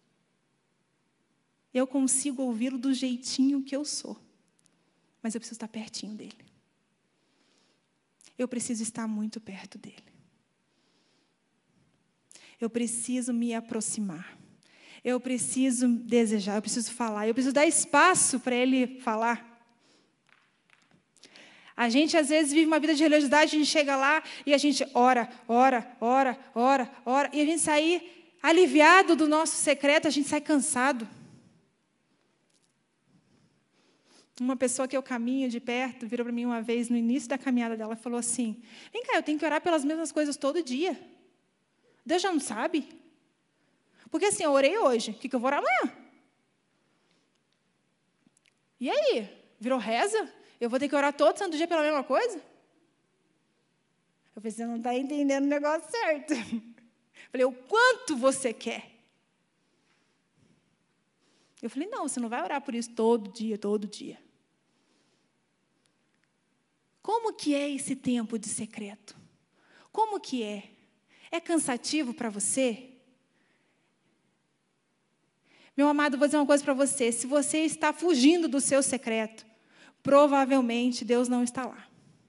Eu consigo ouvi-lo do jeitinho que eu sou, mas eu preciso estar pertinho dele. Eu preciso estar muito perto dele. Eu preciso me aproximar. Eu preciso desejar, eu preciso falar, eu preciso dar espaço para ele falar. A gente, às vezes, vive uma vida de religiosidade, a gente chega lá e a gente ora, ora, ora, ora, ora, e a gente sai aliviado do nosso secreto, a gente sai cansado. Uma pessoa que eu caminho de perto virou para mim uma vez, no início da caminhada dela, e falou assim: vem cá, eu tenho que orar pelas mesmas coisas todo dia. Deus já não sabe? Porque assim, eu orei hoje, o que, que eu vou orar amanhã? E aí? Virou reza? Eu vou ter que orar todo santo dia pela mesma coisa? Eu falei, você não está entendendo o negócio certo. Eu falei, o quanto você quer? Eu falei, não, você não vai orar por isso todo dia, todo dia. Como que é esse tempo de secreto? Como que é? É cansativo para você? Meu amado, vou dizer uma coisa para você. Se você está fugindo do seu secreto, provavelmente Deus não está lá.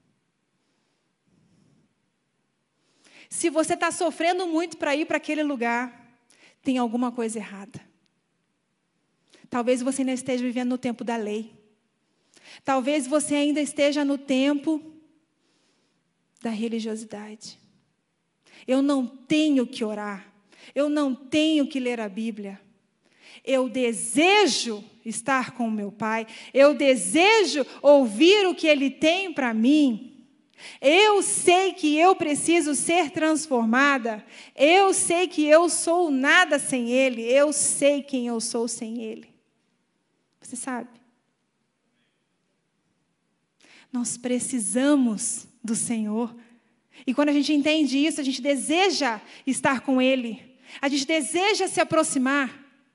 Se você está sofrendo muito para ir para aquele lugar, tem alguma coisa errada. Talvez você ainda esteja vivendo no tempo da lei. Talvez você ainda esteja no tempo da religiosidade. Eu não tenho que orar. Eu não tenho que ler a Bíblia. Eu desejo estar com o meu Pai. Eu desejo ouvir o que Ele tem para mim. Eu sei que eu preciso ser transformada. Eu sei que eu sou nada sem Ele. Eu sei quem eu sou sem Ele. Você sabe? Nós precisamos do Senhor. E quando a gente entende isso, a gente deseja estar com Ele. A gente deseja se aproximar.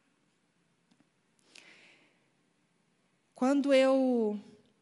Quando eu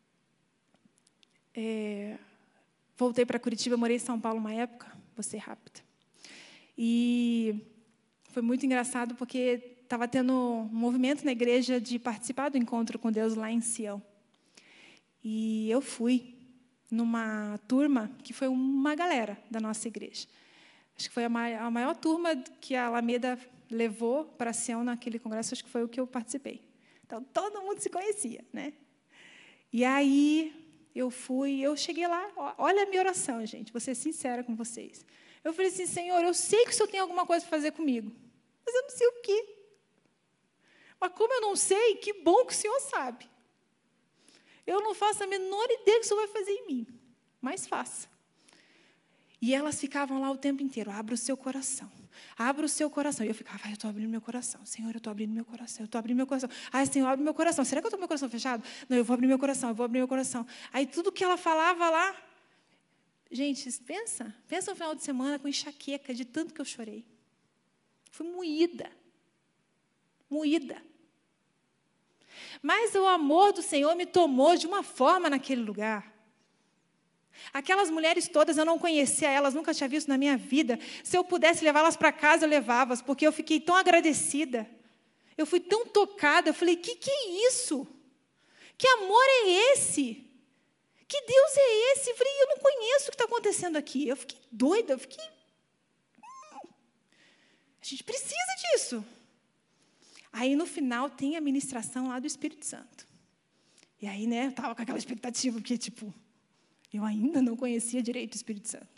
é, voltei para Curitiba, eu morei em São Paulo uma época, vou ser rápida. E foi muito engraçado porque estava tendo um movimento na igreja de participar do encontro com Deus lá em Sião. E eu fui numa turma que foi uma galera da nossa igreja. Acho que foi a maior, a maior turma que a Alameda levou para Sião naquele congresso, acho que foi o que eu participei. Então, todo mundo se conhecia, né? E aí, eu fui, eu cheguei lá, olha a minha oração, gente, vou ser sincera com vocês. Eu falei assim, Senhor, eu sei que o Senhor tem alguma coisa para fazer comigo, mas eu não sei o quê. Mas como eu não sei, que bom que o Senhor sabe. Eu não faço a menor ideia do que o Senhor vai fazer em mim, mas faça. E elas ficavam lá o tempo inteiro, abra o seu coração. Abra o seu coração. E eu ficava, ai, eu estou abrindo meu coração. Senhor, eu estou abrindo meu coração. Eu estou abrindo meu coração. Ai, Senhor, abre meu coração. Será que eu estou com meu coração fechado? Não, eu vou abrir meu coração, eu vou abrir meu coração. Aí tudo que ela falava lá... Gente, pensa. Pensa no final de semana com enxaqueca de tanto que eu chorei. Fui moída. Moída. Mas o amor do Senhor me tomou de uma forma naquele lugar. Aquelas mulheres todas, eu não conhecia elas, nunca tinha visto na minha vida. Se eu pudesse levá-las para casa, eu levava-as, porque eu fiquei tão agradecida. Eu fui tão tocada, eu falei, que que é isso? Que amor é esse? Que Deus é esse? Eu falei, eu não conheço o que está acontecendo aqui. Eu fiquei doida, eu fiquei... A gente precisa disso. Aí, no final, tem a ministração lá do Espírito Santo. E aí, né, eu estava com aquela expectativa, porque, tipo... Eu ainda não conhecia direito o Espírito Santo.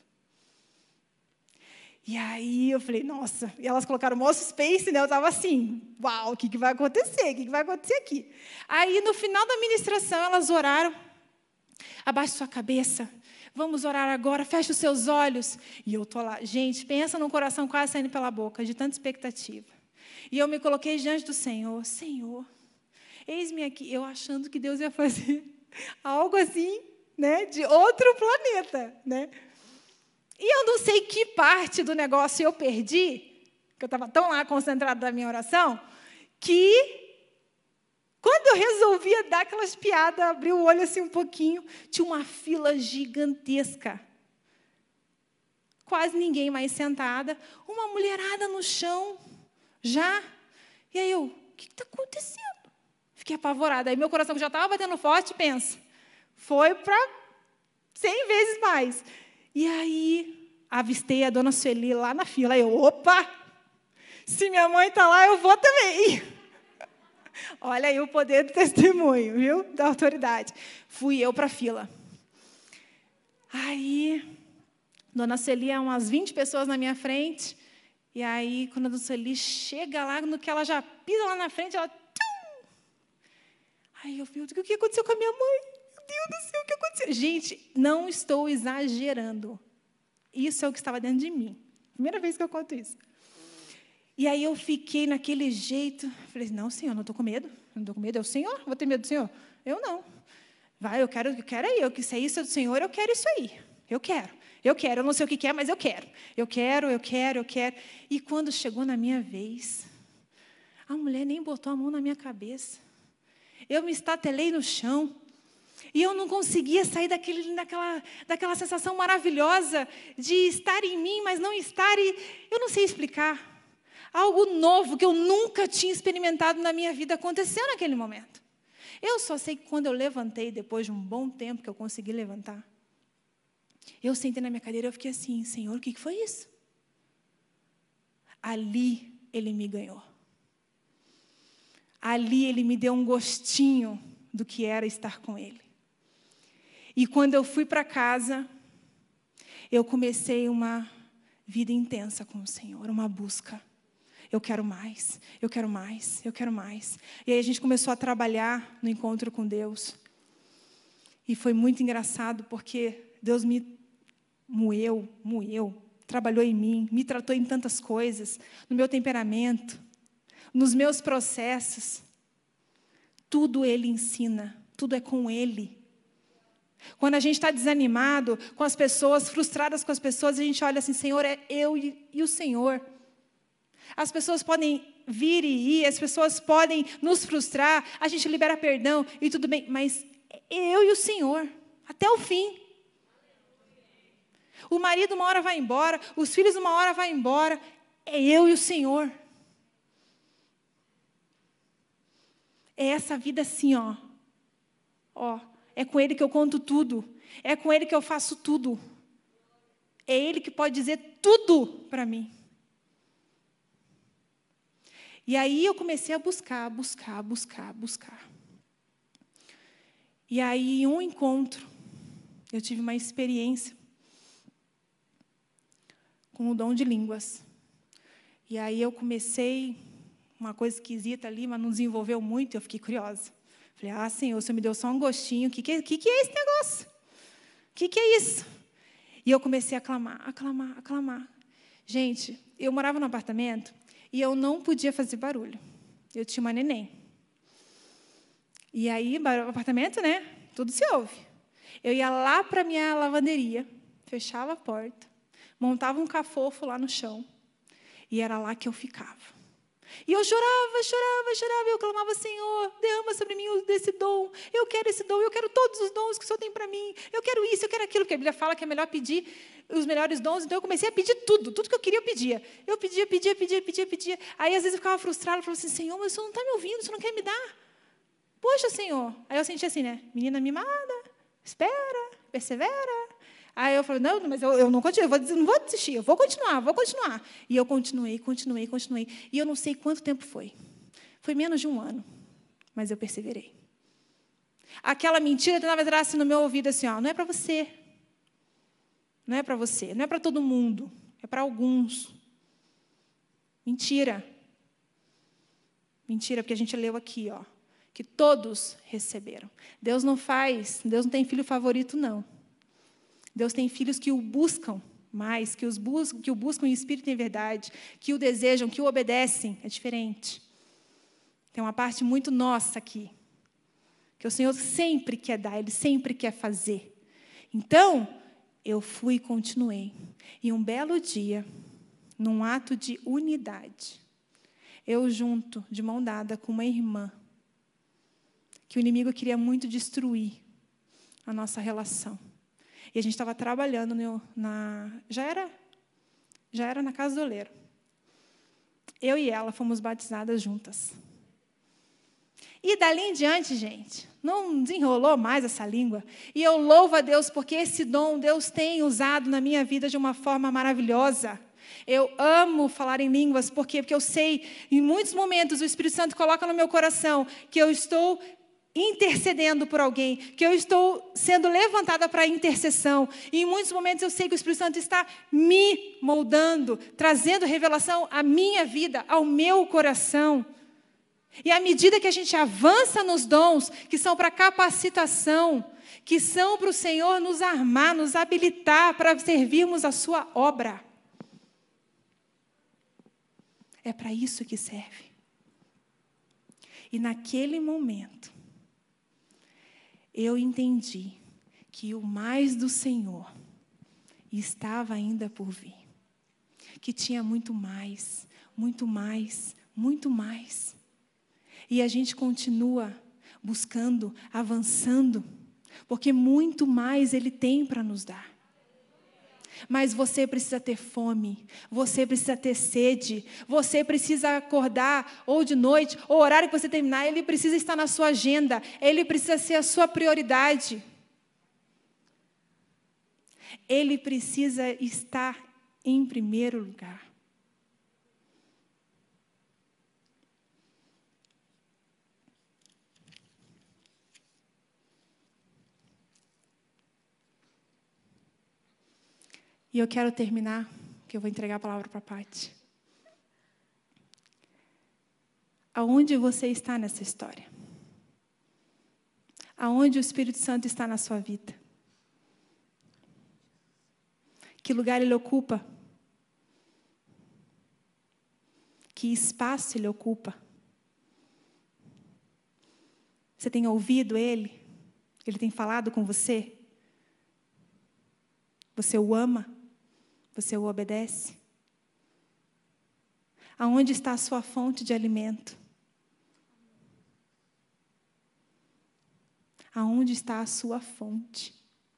E aí eu falei, nossa, e elas colocaram o maior suspense, né? Eu estava assim, uau, o que, que vai acontecer? O que, que vai acontecer aqui? Aí, no final da ministração, elas oraram, abaixe sua cabeça, vamos orar agora, feche os seus olhos. E eu estou lá, gente, pensa num coração quase saindo pela boca, de tanta expectativa. E eu me coloquei diante do Senhor, Senhor, eis-me aqui, eu achando que Deus ia fazer algo assim, né, de outro planeta, né? E eu não sei que parte do negócio eu perdi, que eu estava tão lá concentrada na minha oração, que quando eu resolvia dar aquelas piadas, abrir o olho assim um pouquinho, tinha uma fila gigantesca. Quase ninguém mais sentada, uma mulherada no chão, já. E aí eu, o que está acontecendo? Fiquei apavorada. Aí meu coração, que já estava batendo forte, pensa, foi para cem vezes mais. E aí, avistei a dona Sueli lá na fila. Aí eu, opa, se minha mãe está lá, eu vou também. Olha aí o poder do testemunho, viu? Da autoridade. Fui eu para a fila. Aí, dona Sueli, umas vinte pessoas na minha frente, E aí, quando a dona Sueli chega lá, no que ela já pisa lá na frente, ela... Tchum! Aí eu fico, o que aconteceu com a minha mãe? Meu Deus do céu, o que aconteceu? Gente, não estou exagerando. Isso é o que estava dentro de mim. Primeira vez que eu conto isso. E aí eu fiquei naquele jeito. Falei, não, Senhor, não estou com medo. Não estou com medo. É o Senhor? Vou ter medo do Senhor? Eu não. Vai, eu quero, eu quero aí. Eu, se é isso do Senhor, eu quero isso aí. Eu quero. Eu quero. Eu não sei o que é, mas eu quero. Eu quero, eu quero, eu quero. E quando chegou na minha vez, a mulher nem botou a mão na minha cabeça. Eu me estatelei no chão. E eu não conseguia sair daquele, daquela, daquela sensação maravilhosa de estar em mim, mas não estar. E eu não sei explicar. Algo novo que eu nunca tinha experimentado na minha vida aconteceu naquele momento. Eu só sei que quando eu levantei, depois de um bom tempo que eu consegui levantar, eu sentei na minha cadeira e eu fiquei assim, Senhor, o que foi isso? Ali Ele me ganhou. Ali Ele me deu um gostinho do que era estar com Ele. E quando eu fui para casa, eu comecei uma vida intensa com o Senhor, uma busca. Eu quero mais, eu quero mais, eu quero mais. E aí a gente começou a trabalhar no encontro com Deus. E foi muito engraçado, porque Deus me moeu, moeu, trabalhou em mim, me tratou em tantas coisas, no meu temperamento, nos meus processos. Tudo Ele ensina, tudo é com Ele. Quando a gente está desanimado com as pessoas, frustradas com as pessoas, a gente olha assim, Senhor, é eu e, e o Senhor. As pessoas podem vir e ir, as pessoas podem nos frustrar, a gente libera perdão e tudo bem, mas é eu e o Senhor, até o fim. O marido uma hora vai embora, os filhos uma hora vai embora, é eu e o Senhor. É essa vida assim, ó. Ó. É com Ele que eu conto tudo. É com Ele que eu faço tudo. É Ele que pode dizer tudo para mim. E aí eu comecei a buscar, buscar, buscar, buscar. E aí, em um encontro, eu tive uma experiência com o dom de línguas. E aí eu comecei, uma coisa esquisita ali, mas não desenvolveu muito, e eu fiquei curiosa. Falei, ah, Senhor, o Senhor me deu só um gostinho. O que, que, que, que é esse negócio? O que, que é isso? E eu comecei a aclamar, aclamar, aclamar. Gente, eu morava num apartamento e eu não podia fazer barulho. Eu tinha uma neném. E aí, apartamento, né? Tudo se ouve. Eu ia lá para a minha lavanderia, fechava a porta, montava um cafofo lá no chão, e era lá que eu ficava. E eu chorava, chorava, chorava, e eu clamava, Senhor, derrama sobre mim desse dom, eu quero esse dom, eu quero todos os dons que o Senhor tem para mim, eu quero isso, eu quero aquilo, porque a Bíblia fala que é melhor pedir os melhores dons, então eu comecei a pedir tudo, tudo que eu queria eu pedia. Eu pedia, pedia, pedia, pedia, pedia, aí às vezes eu ficava frustrada, eu falava assim, Senhor, mas o Senhor não está me ouvindo, o Senhor não quer me dar. Poxa, Senhor. Aí eu sentia assim, né, menina mimada, espera, persevera. Aí eu falei, não, mas eu, eu não continuo, eu vou, não vou desistir, eu vou continuar, vou continuar. E eu continuei, continuei, continuei. E eu não sei quanto tempo foi. Foi menos de um ano, mas eu perseverei. Aquela mentira tentava entrar assim no meu ouvido, assim, ó, não é para você. Não é para você, não é para todo mundo, é para alguns. Mentira. Mentira, porque a gente leu aqui, ó, que todos receberam. Deus não faz, Deus não tem filho favorito, não. Deus tem filhos que o buscam mais, que, os buscam, que o buscam em espírito e em verdade, que o desejam, que o obedecem. É diferente. Tem uma parte muito nossa aqui, que o Senhor sempre quer dar, Ele sempre quer fazer. Então, eu fui e continuei. E um belo dia, num ato de unidade, eu junto, de mão dada com uma irmã, que o inimigo queria muito destruir a nossa relação. E a gente estava trabalhando no, na... Já era, já era na casa do oleiro. Eu e ela fomos batizadas juntas. E dali em diante, gente, não desenrolou mais essa língua. E eu louvo a Deus porque esse dom Deus tem usado na minha vida de uma forma maravilhosa. Eu amo falar em línguas, por quê? Porque eu sei, em muitos momentos, o Espírito Santo coloca no meu coração que eu estou intercedendo por alguém, que eu estou sendo levantada para a intercessão. E em muitos momentos eu sei que o Espírito Santo está me moldando, trazendo revelação à minha vida, ao meu coração. E à medida que a gente avança nos dons, que são para capacitação, que são para o Senhor nos armar, nos habilitar para servirmos a sua obra. É para isso que serve. E naquele momento, eu entendi que o mais do Senhor estava ainda por vir. Que tinha muito mais, muito mais, muito mais. E a gente continua buscando, avançando, porque muito mais Ele tem para nos dar. Mas você precisa ter fome, você precisa ter sede, você precisa acordar, ou de noite, ou o horário que você terminar, Ele precisa estar na sua agenda, Ele precisa ser a sua prioridade. Ele precisa estar em primeiro lugar. E eu quero terminar, que eu vou entregar a palavra para a Paty. Aonde você está nessa história? Aonde o Espírito Santo está na sua vida? Que lugar ele ocupa? Que espaço ele ocupa? Você tem ouvido ele? Ele tem falado com você? Você o ama? Você o obedece? Aonde está a sua fonte de alimento? Aonde está a sua fonte?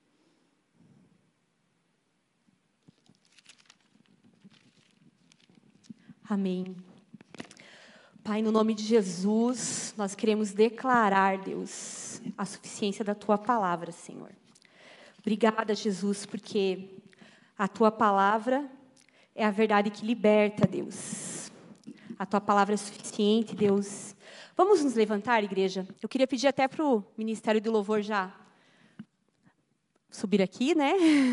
Amém. Pai, no nome de Jesus, nós queremos declarar, Deus, a suficiência da Tua palavra, Senhor. Obrigada, Jesus, porque a Tua palavra é a verdade que liberta, Deus. A Tua palavra é suficiente, Deus. Vamos nos levantar, igreja? Eu queria pedir até para o Ministério do Louvor já subir aqui, né?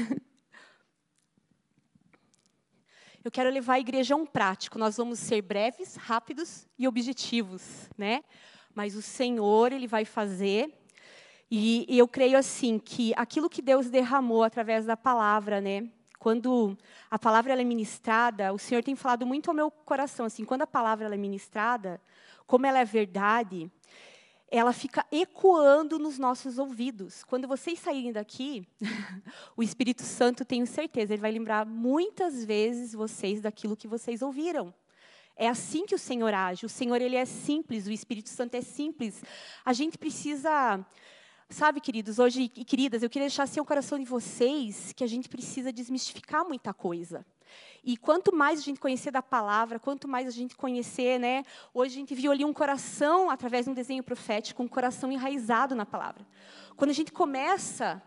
Eu quero levar a igreja a um prático. Nós vamos ser breves, rápidos e objetivos, né? Mas o Senhor, Ele vai fazer. E, e eu creio assim, que aquilo que Deus derramou através da palavra, né? Quando a palavra ela é ministrada, o Senhor tem falado muito ao meu coração, assim, quando a palavra ela é ministrada, como ela é verdade, ela fica ecoando nos nossos ouvidos. Quando vocês saírem daqui, o Espírito Santo, tenho certeza, ele vai lembrar muitas vezes vocês daquilo que vocês ouviram. É assim que o Senhor age. O Senhor, ele é simples, o Espírito Santo é simples. A gente precisa... Sabe, queridos, hoje, e queridas, eu queria deixar assim o coração de vocês que a gente precisa desmistificar muita coisa. E quanto mais a gente conhecer da palavra, quanto mais a gente conhecer, né? Hoje a gente viu ali um coração, através de um desenho profético, um coração enraizado na palavra. Quando a gente começa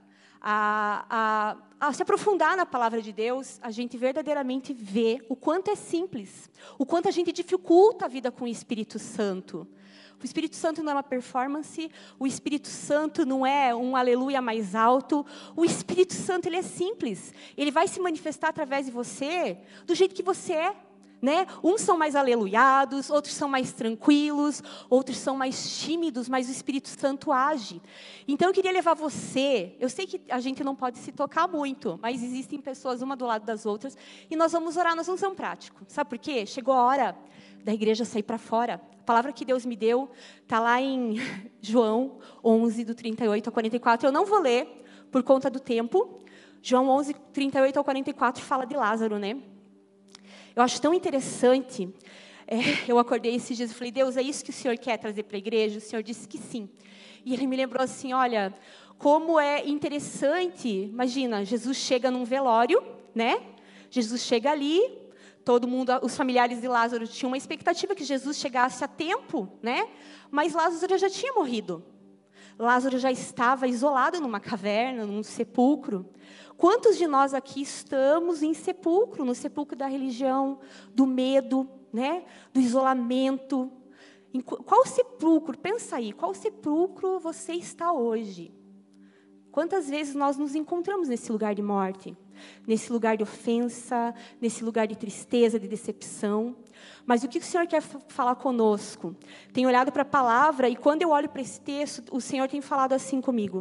a, a, a se aprofundar na palavra de Deus, a gente verdadeiramente vê o quanto é simples, o quanto a gente dificulta a vida com o Espírito Santo. O Espírito Santo não é uma performance, o Espírito Santo não é um aleluia mais alto. O Espírito Santo, ele é simples. Ele vai se manifestar através de você do jeito que você é. Né? Uns são mais aleluiados, outros são mais tranquilos, outros são mais tímidos, mas o Espírito Santo age. Então, eu queria levar você... Eu sei que a gente não pode se tocar muito, mas existem pessoas uma do lado das outras, e nós vamos orar, nós vamos ser um prático. Sabe por quê? Chegou a hora da igreja sair para fora. A palavra que Deus me deu está lá em João onze, do trinta e oito ao quarenta e quatro. Eu não vou ler, por conta do tempo. João onze, trinta e oito ao quarenta e quatro, fala de Lázaro, né? Eu acho tão interessante. É, eu acordei esses dias e falei, Deus, é isso que o Senhor quer trazer para a igreja? O Senhor disse que sim. E Ele me lembrou assim, olha, como é interessante. Imagina, Jesus chega num velório, né? Jesus chega ali, todo mundo, os familiares de Lázaro tinham uma expectativa que Jesus chegasse a tempo, né? Mas Lázaro já tinha morrido. Lázaro já estava isolado numa caverna, num sepulcro. Quantos de nós aqui estamos em sepulcro, no sepulcro da religião, do medo, né? Do isolamento? Em qual sepulcro, pensa aí, qual sepulcro você está hoje? Quantas vezes nós nos encontramos nesse lugar de morte? Nesse lugar de ofensa, nesse lugar de tristeza, de decepção. Mas o que o Senhor quer falar conosco? Tenho olhado para a palavra e quando eu olho para esse texto, o Senhor tem falado assim comigo.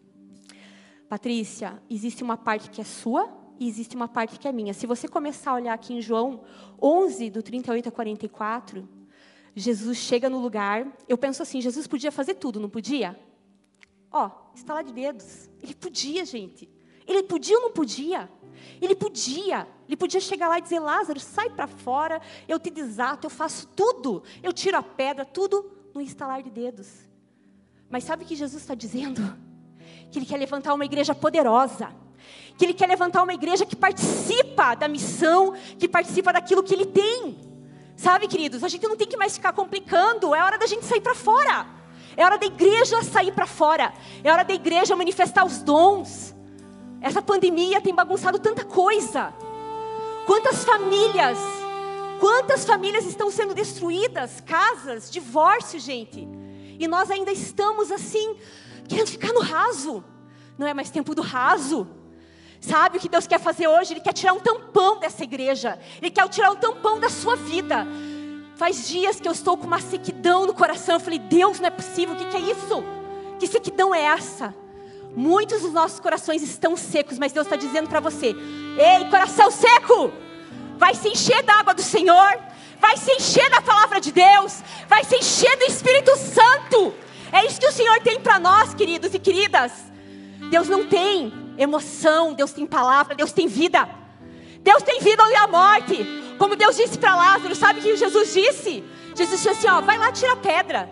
Patrícia, existe uma parte que é sua e existe uma parte que é minha. Se você começar a olhar aqui em João onze, do trinta e oito a quarenta e quatro, Jesus chega no lugar, eu penso assim, Jesus podia fazer tudo, não podia? Ó, estalar de dedos. Ele podia, gente. Ele podia ou não podia? Ele podia. Ele podia chegar lá e dizer, Lázaro, sai para fora, eu te desato, eu faço tudo. Eu tiro a pedra, tudo no estalar de dedos. Mas sabe o que Jesus está dizendo? Que Ele quer levantar uma igreja poderosa. Que Ele quer levantar uma igreja que participa da missão, que participa daquilo que Ele tem. Sabe, queridos, a gente não tem que mais ficar complicando, é hora da gente sair para fora. É hora da igreja sair para fora. É hora da igreja manifestar os dons. Essa pandemia tem bagunçado tanta coisa. Quantas famílias, quantas famílias estão sendo destruídas, casas, divórcio, gente. E nós ainda estamos assim, querendo ficar no raso. Não é mais tempo do raso. Sabe o que Deus quer fazer hoje? Ele quer tirar um tampão dessa igreja. Ele quer tirar um tampão da sua vida. Faz dias que eu estou com uma sequidão no coração. Eu falei, Deus, não é possível, o que, que é isso? Que sequidão é essa? Muitos dos nossos corações estão secos, mas Deus está dizendo para você, ei, coração seco, vai se encher da água do Senhor, vai se encher da palavra de Deus, vai se encher do Espírito Santo. É isso que o Senhor tem para nós, queridos e queridas. Deus não tem emoção, Deus tem palavra, Deus tem vida. Deus tem vida ou a morte. Como Deus disse para Lázaro, sabe o que Jesus disse? Jesus disse assim, ó, vai lá tirar a pedra.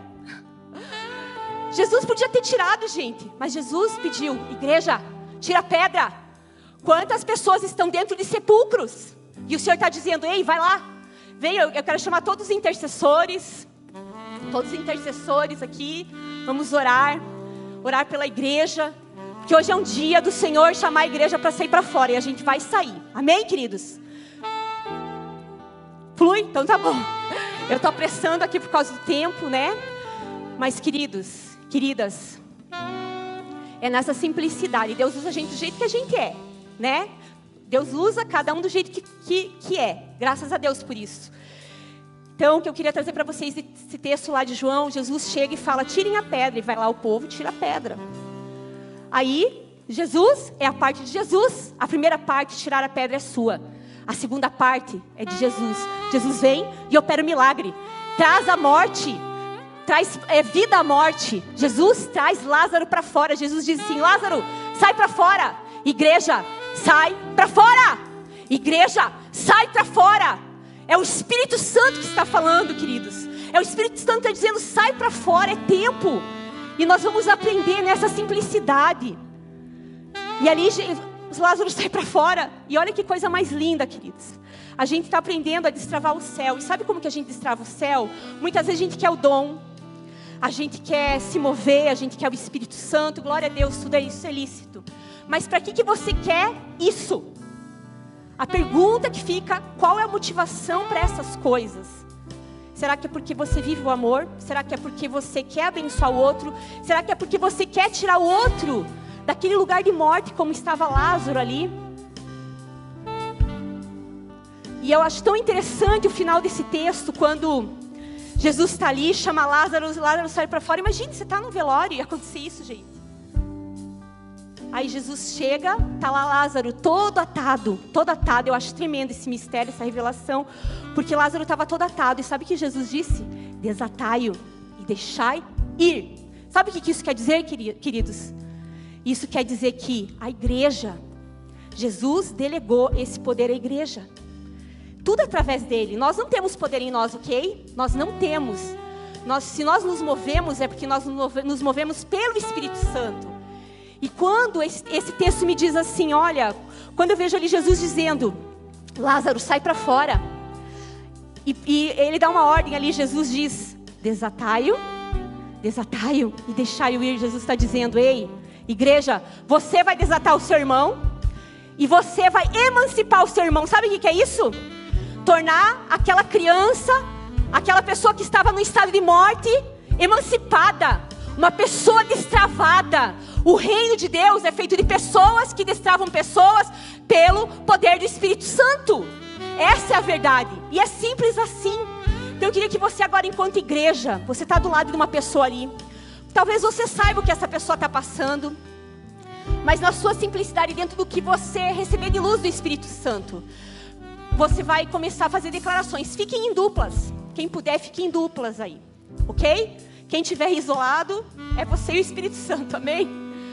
Jesus podia ter tirado, gente, mas Jesus pediu, igreja, tira a pedra. Quantas pessoas estão dentro de sepulcros? E o Senhor está dizendo, ei, vai lá. Vem, eu, eu quero chamar todos os intercessores. Todos os intercessores aqui. Vamos orar. Orar pela igreja. Que hoje é um dia do Senhor chamar a igreja para sair para fora. E a gente vai sair. Amém, queridos? Flui? Então tá bom. Eu estou apressando aqui por causa do tempo, né? Mas, queridos, queridas, é nessa simplicidade. Deus usa a gente do jeito que a gente é, né? Deus usa cada um do jeito que, que, que é. Graças a Deus por isso. Então, o que eu queria trazer para vocês, esse texto lá de João, Jesus chega e fala, tirem a pedra. E vai lá o povo e tira a pedra. Aí, Jesus é a parte de Jesus. A primeira parte, tirar a pedra, é sua. A segunda parte é de Jesus. Jesus vem e opera o milagre. Traz a morte. Traz é, vida à morte. Jesus traz Lázaro para fora. Jesus diz assim, Lázaro, sai para fora. Igreja, sai para fora. Igreja, sai para fora. É o Espírito Santo que está falando, queridos. É o Espírito Santo que está dizendo, sai para fora, é tempo. E nós vamos aprender nessa simplicidade. E ali Lázaro sai para fora. E olha que coisa mais linda, queridos. A gente está aprendendo a destravar o céu. E sabe como que a gente destrava o céu? Muitas vezes a gente quer o dom. A gente quer se mover, a gente quer o Espírito Santo. Glória a Deus, tudo isso é lícito. Mas para que, que você quer isso? A pergunta que fica, qual é a motivação para essas coisas? Será que é porque você vive o amor? Será que é porque você quer abençoar o outro? Será que é porque você quer tirar o outro daquele lugar de morte, como estava Lázaro ali? E eu acho tão interessante o final desse texto, quando Jesus está ali, chama Lázaro, Lázaro sai para fora. Imagine, você está no velório e acontecer isso, gente. Aí Jesus chega, está lá Lázaro todo atado, todo atado. Eu acho tremendo esse mistério, essa revelação, porque Lázaro estava todo atado. E sabe o que Jesus disse? Desatai-o e deixai ir. Sabe o que isso quer dizer, queridos? Isso quer dizer que a igreja, Jesus delegou esse poder à igreja. Tudo através dele. Nós não temos poder em nós, ok? Nós não temos. Nós, se nós nos movemos, é porque nós nos movemos pelo Espírito Santo. E quando esse, esse texto me diz assim, olha, quando eu vejo ali Jesus dizendo, Lázaro, sai para fora. E, e ele dá uma ordem ali, Jesus diz, desatai-o, desatai-o e deixai-o ir. Jesus está dizendo, ei, igreja, você vai desatar o seu irmão e você vai emancipar o seu irmão. Sabe o que é isso? Tornar aquela criança aquela pessoa que estava no estado de morte, emancipada, uma pessoa destravada. O reino de Deus é feito de pessoas que destravam pessoas pelo poder do Espírito Santo. Essa é a verdade, e é simples assim. Então eu queria que você agora, enquanto igreja, você está do lado de uma pessoa ali, talvez você saiba o que essa pessoa está passando, mas na sua simplicidade, dentro do que você receber de luz do Espírito Santo, você vai começar a fazer declarações. Fiquem em duplas, quem puder, fique em duplas aí, ok? Quem estiver isolado, é você e o Espírito Santo, amém?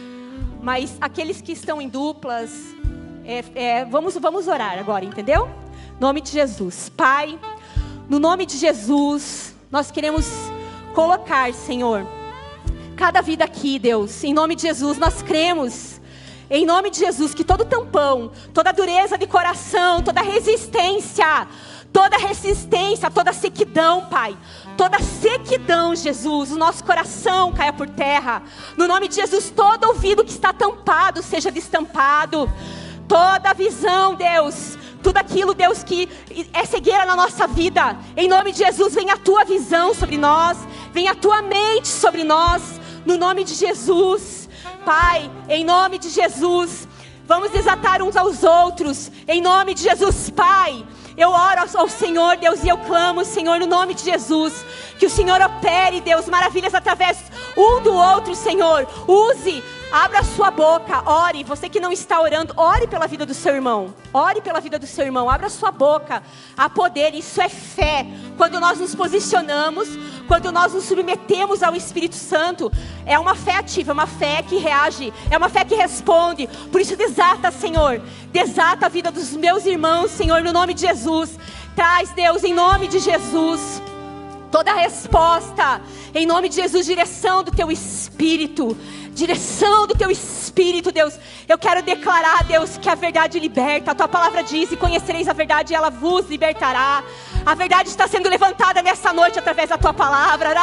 Mas aqueles que estão em duplas, é, é, vamos, vamos orar agora, entendeu? Em nome de Jesus. Pai, no nome de Jesus, nós queremos colocar, Senhor, cada vida aqui, Deus, em nome de Jesus. Nós cremos, em nome de Jesus, que todo tampão, toda dureza de coração, toda resistência, toda resistência, toda sequidão, Pai, toda sequidão, Jesus, o nosso coração caia por terra. No nome de Jesus, todo ouvido que está tampado seja destampado. Toda visão, Deus, tudo aquilo, Deus, que é cegueira na nossa vida, em nome de Jesus, vem a tua visão sobre nós, vem a tua mente sobre nós, no nome de Jesus. Pai, em nome de Jesus, vamos desatar uns aos outros, em nome de Jesus. Pai, eu oro ao Senhor, Deus, e eu clamo, Senhor, no nome de Jesus, que o Senhor opere, Deus, maravilhas através um do outro, Senhor. Use, abra a sua boca, ore. Você que não está orando, ore pela vida do seu irmão. Ore pela vida do seu irmão, abra a sua boca. Há poder, isso é fé. Quando nós nos posicionamos, quando nós nos submetemos ao Espírito Santo, é uma fé ativa, é uma fé que reage, é uma fé que responde. Por isso desata, Senhor, desata a vida dos meus irmãos, Senhor, no nome de Jesus. Traz, Deus, em nome de Jesus, toda a resposta, em nome de Jesus, direção do teu Espírito, direção do teu Espírito, Deus. Eu quero declarar, Deus, que a verdade liberta. A tua palavra diz: e conhecereis a verdade, e ela vos libertará. A verdade está sendo levantada nessa noite através da tua palavra.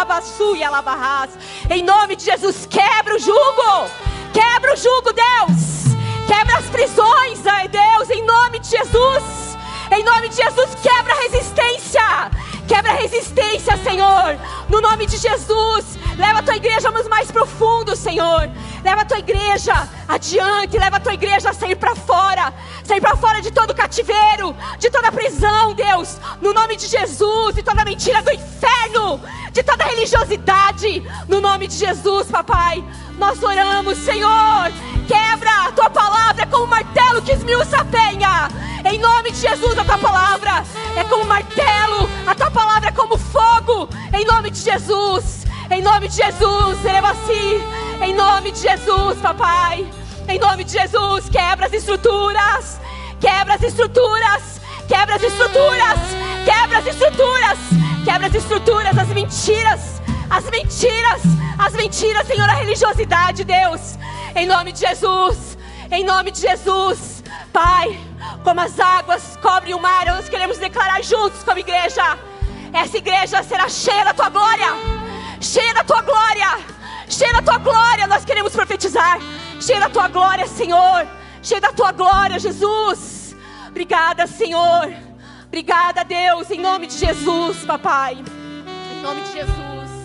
Em nome de Jesus, quebra o jugo, quebra o jugo, Deus, quebra as prisões, ai Deus, em nome de Jesus. Em nome de Jesus, quebra a resistência, quebra a resistência, Senhor, no nome de Jesus. Leva a tua igreja aos mais profundos, Senhor. Leva a tua igreja adiante, leva a tua igreja a sair para fora, sair para fora de todo cativeiro, de toda prisão, Deus, no nome de Jesus, de toda mentira do inferno, de toda religiosidade, no nome de Jesus, papai. Nós oramos, Senhor, quebra a tua palavra como um martelo que esmiuça a penha. Em nome de Jesus, a tua palavra é como um martelo, a tua palavra é como fogo. Em nome de Jesus, em nome de Jesus, eleva-se. Em nome de Jesus, papai. Em nome de Jesus, quebra as estruturas, quebra as estruturas, quebra as estruturas, quebra as estruturas, quebra as estruturas, as mentiras, as mentiras, as mentiras, Senhor, a religiosidade, Deus. Em nome de Jesus, em nome de Jesus, Pai, como as águas cobrem o mar, nós queremos declarar juntos como igreja. Essa igreja será cheia da tua glória, cheia da tua glória, cheia da tua glória. Nós queremos profetizar, cheia da tua glória, Senhor, cheia da tua glória, Jesus. Obrigada, Senhor, obrigada, Deus, em nome de Jesus, papai, em nome de Jesus.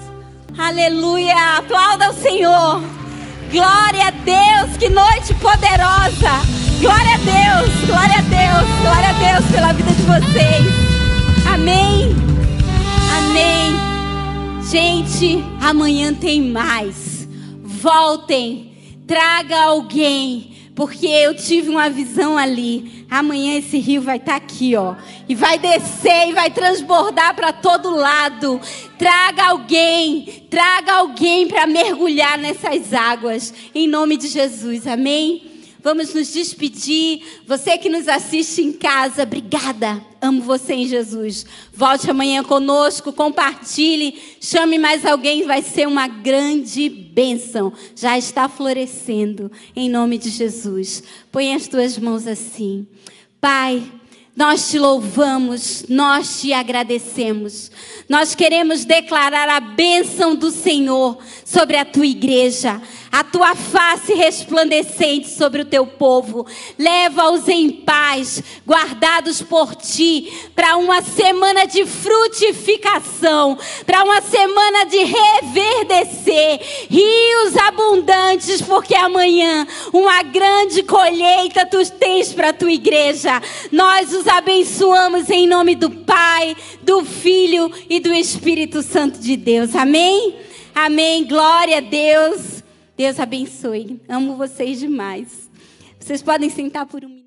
Aleluia, aplauda o Senhor. Glória a Deus, que noite poderosa. Glória a Deus, glória a Deus, glória a Deus pela vida de vocês. Amém, amém. Gente, amanhã tem mais. Voltem, traga alguém, porque eu tive uma visão ali. Amanhã esse rio vai estar aqui, ó, e vai descer e vai transbordar para todo lado. Traga alguém, traga alguém para mergulhar nessas águas, em nome de Jesus, amém? Vamos nos despedir. Você que nos assiste em casa, obrigada. Amo você em Jesus. Volte amanhã conosco, compartilhe, chame mais alguém, vai ser uma grande bênção. Já está florescendo, em nome de Jesus. Põe as tuas mãos assim. Pai, nós te louvamos, nós te agradecemos. Nós queremos declarar a bênção do Senhor sobre a tua igreja. a tua face resplandecente sobre o teu povo. Leva-os em paz, guardados por ti, para uma semana de frutificação, para uma semana de reverdecer, rios abundantes, porque amanhã uma grande colheita tu tens para a tua igreja. Nós os abençoamos em nome do Pai, do Filho e do Espírito Santo de Deus. Amém? Amém. Glória a Deus. Deus abençoe. Amo vocês demais. Vocês podem sentar por um minuto.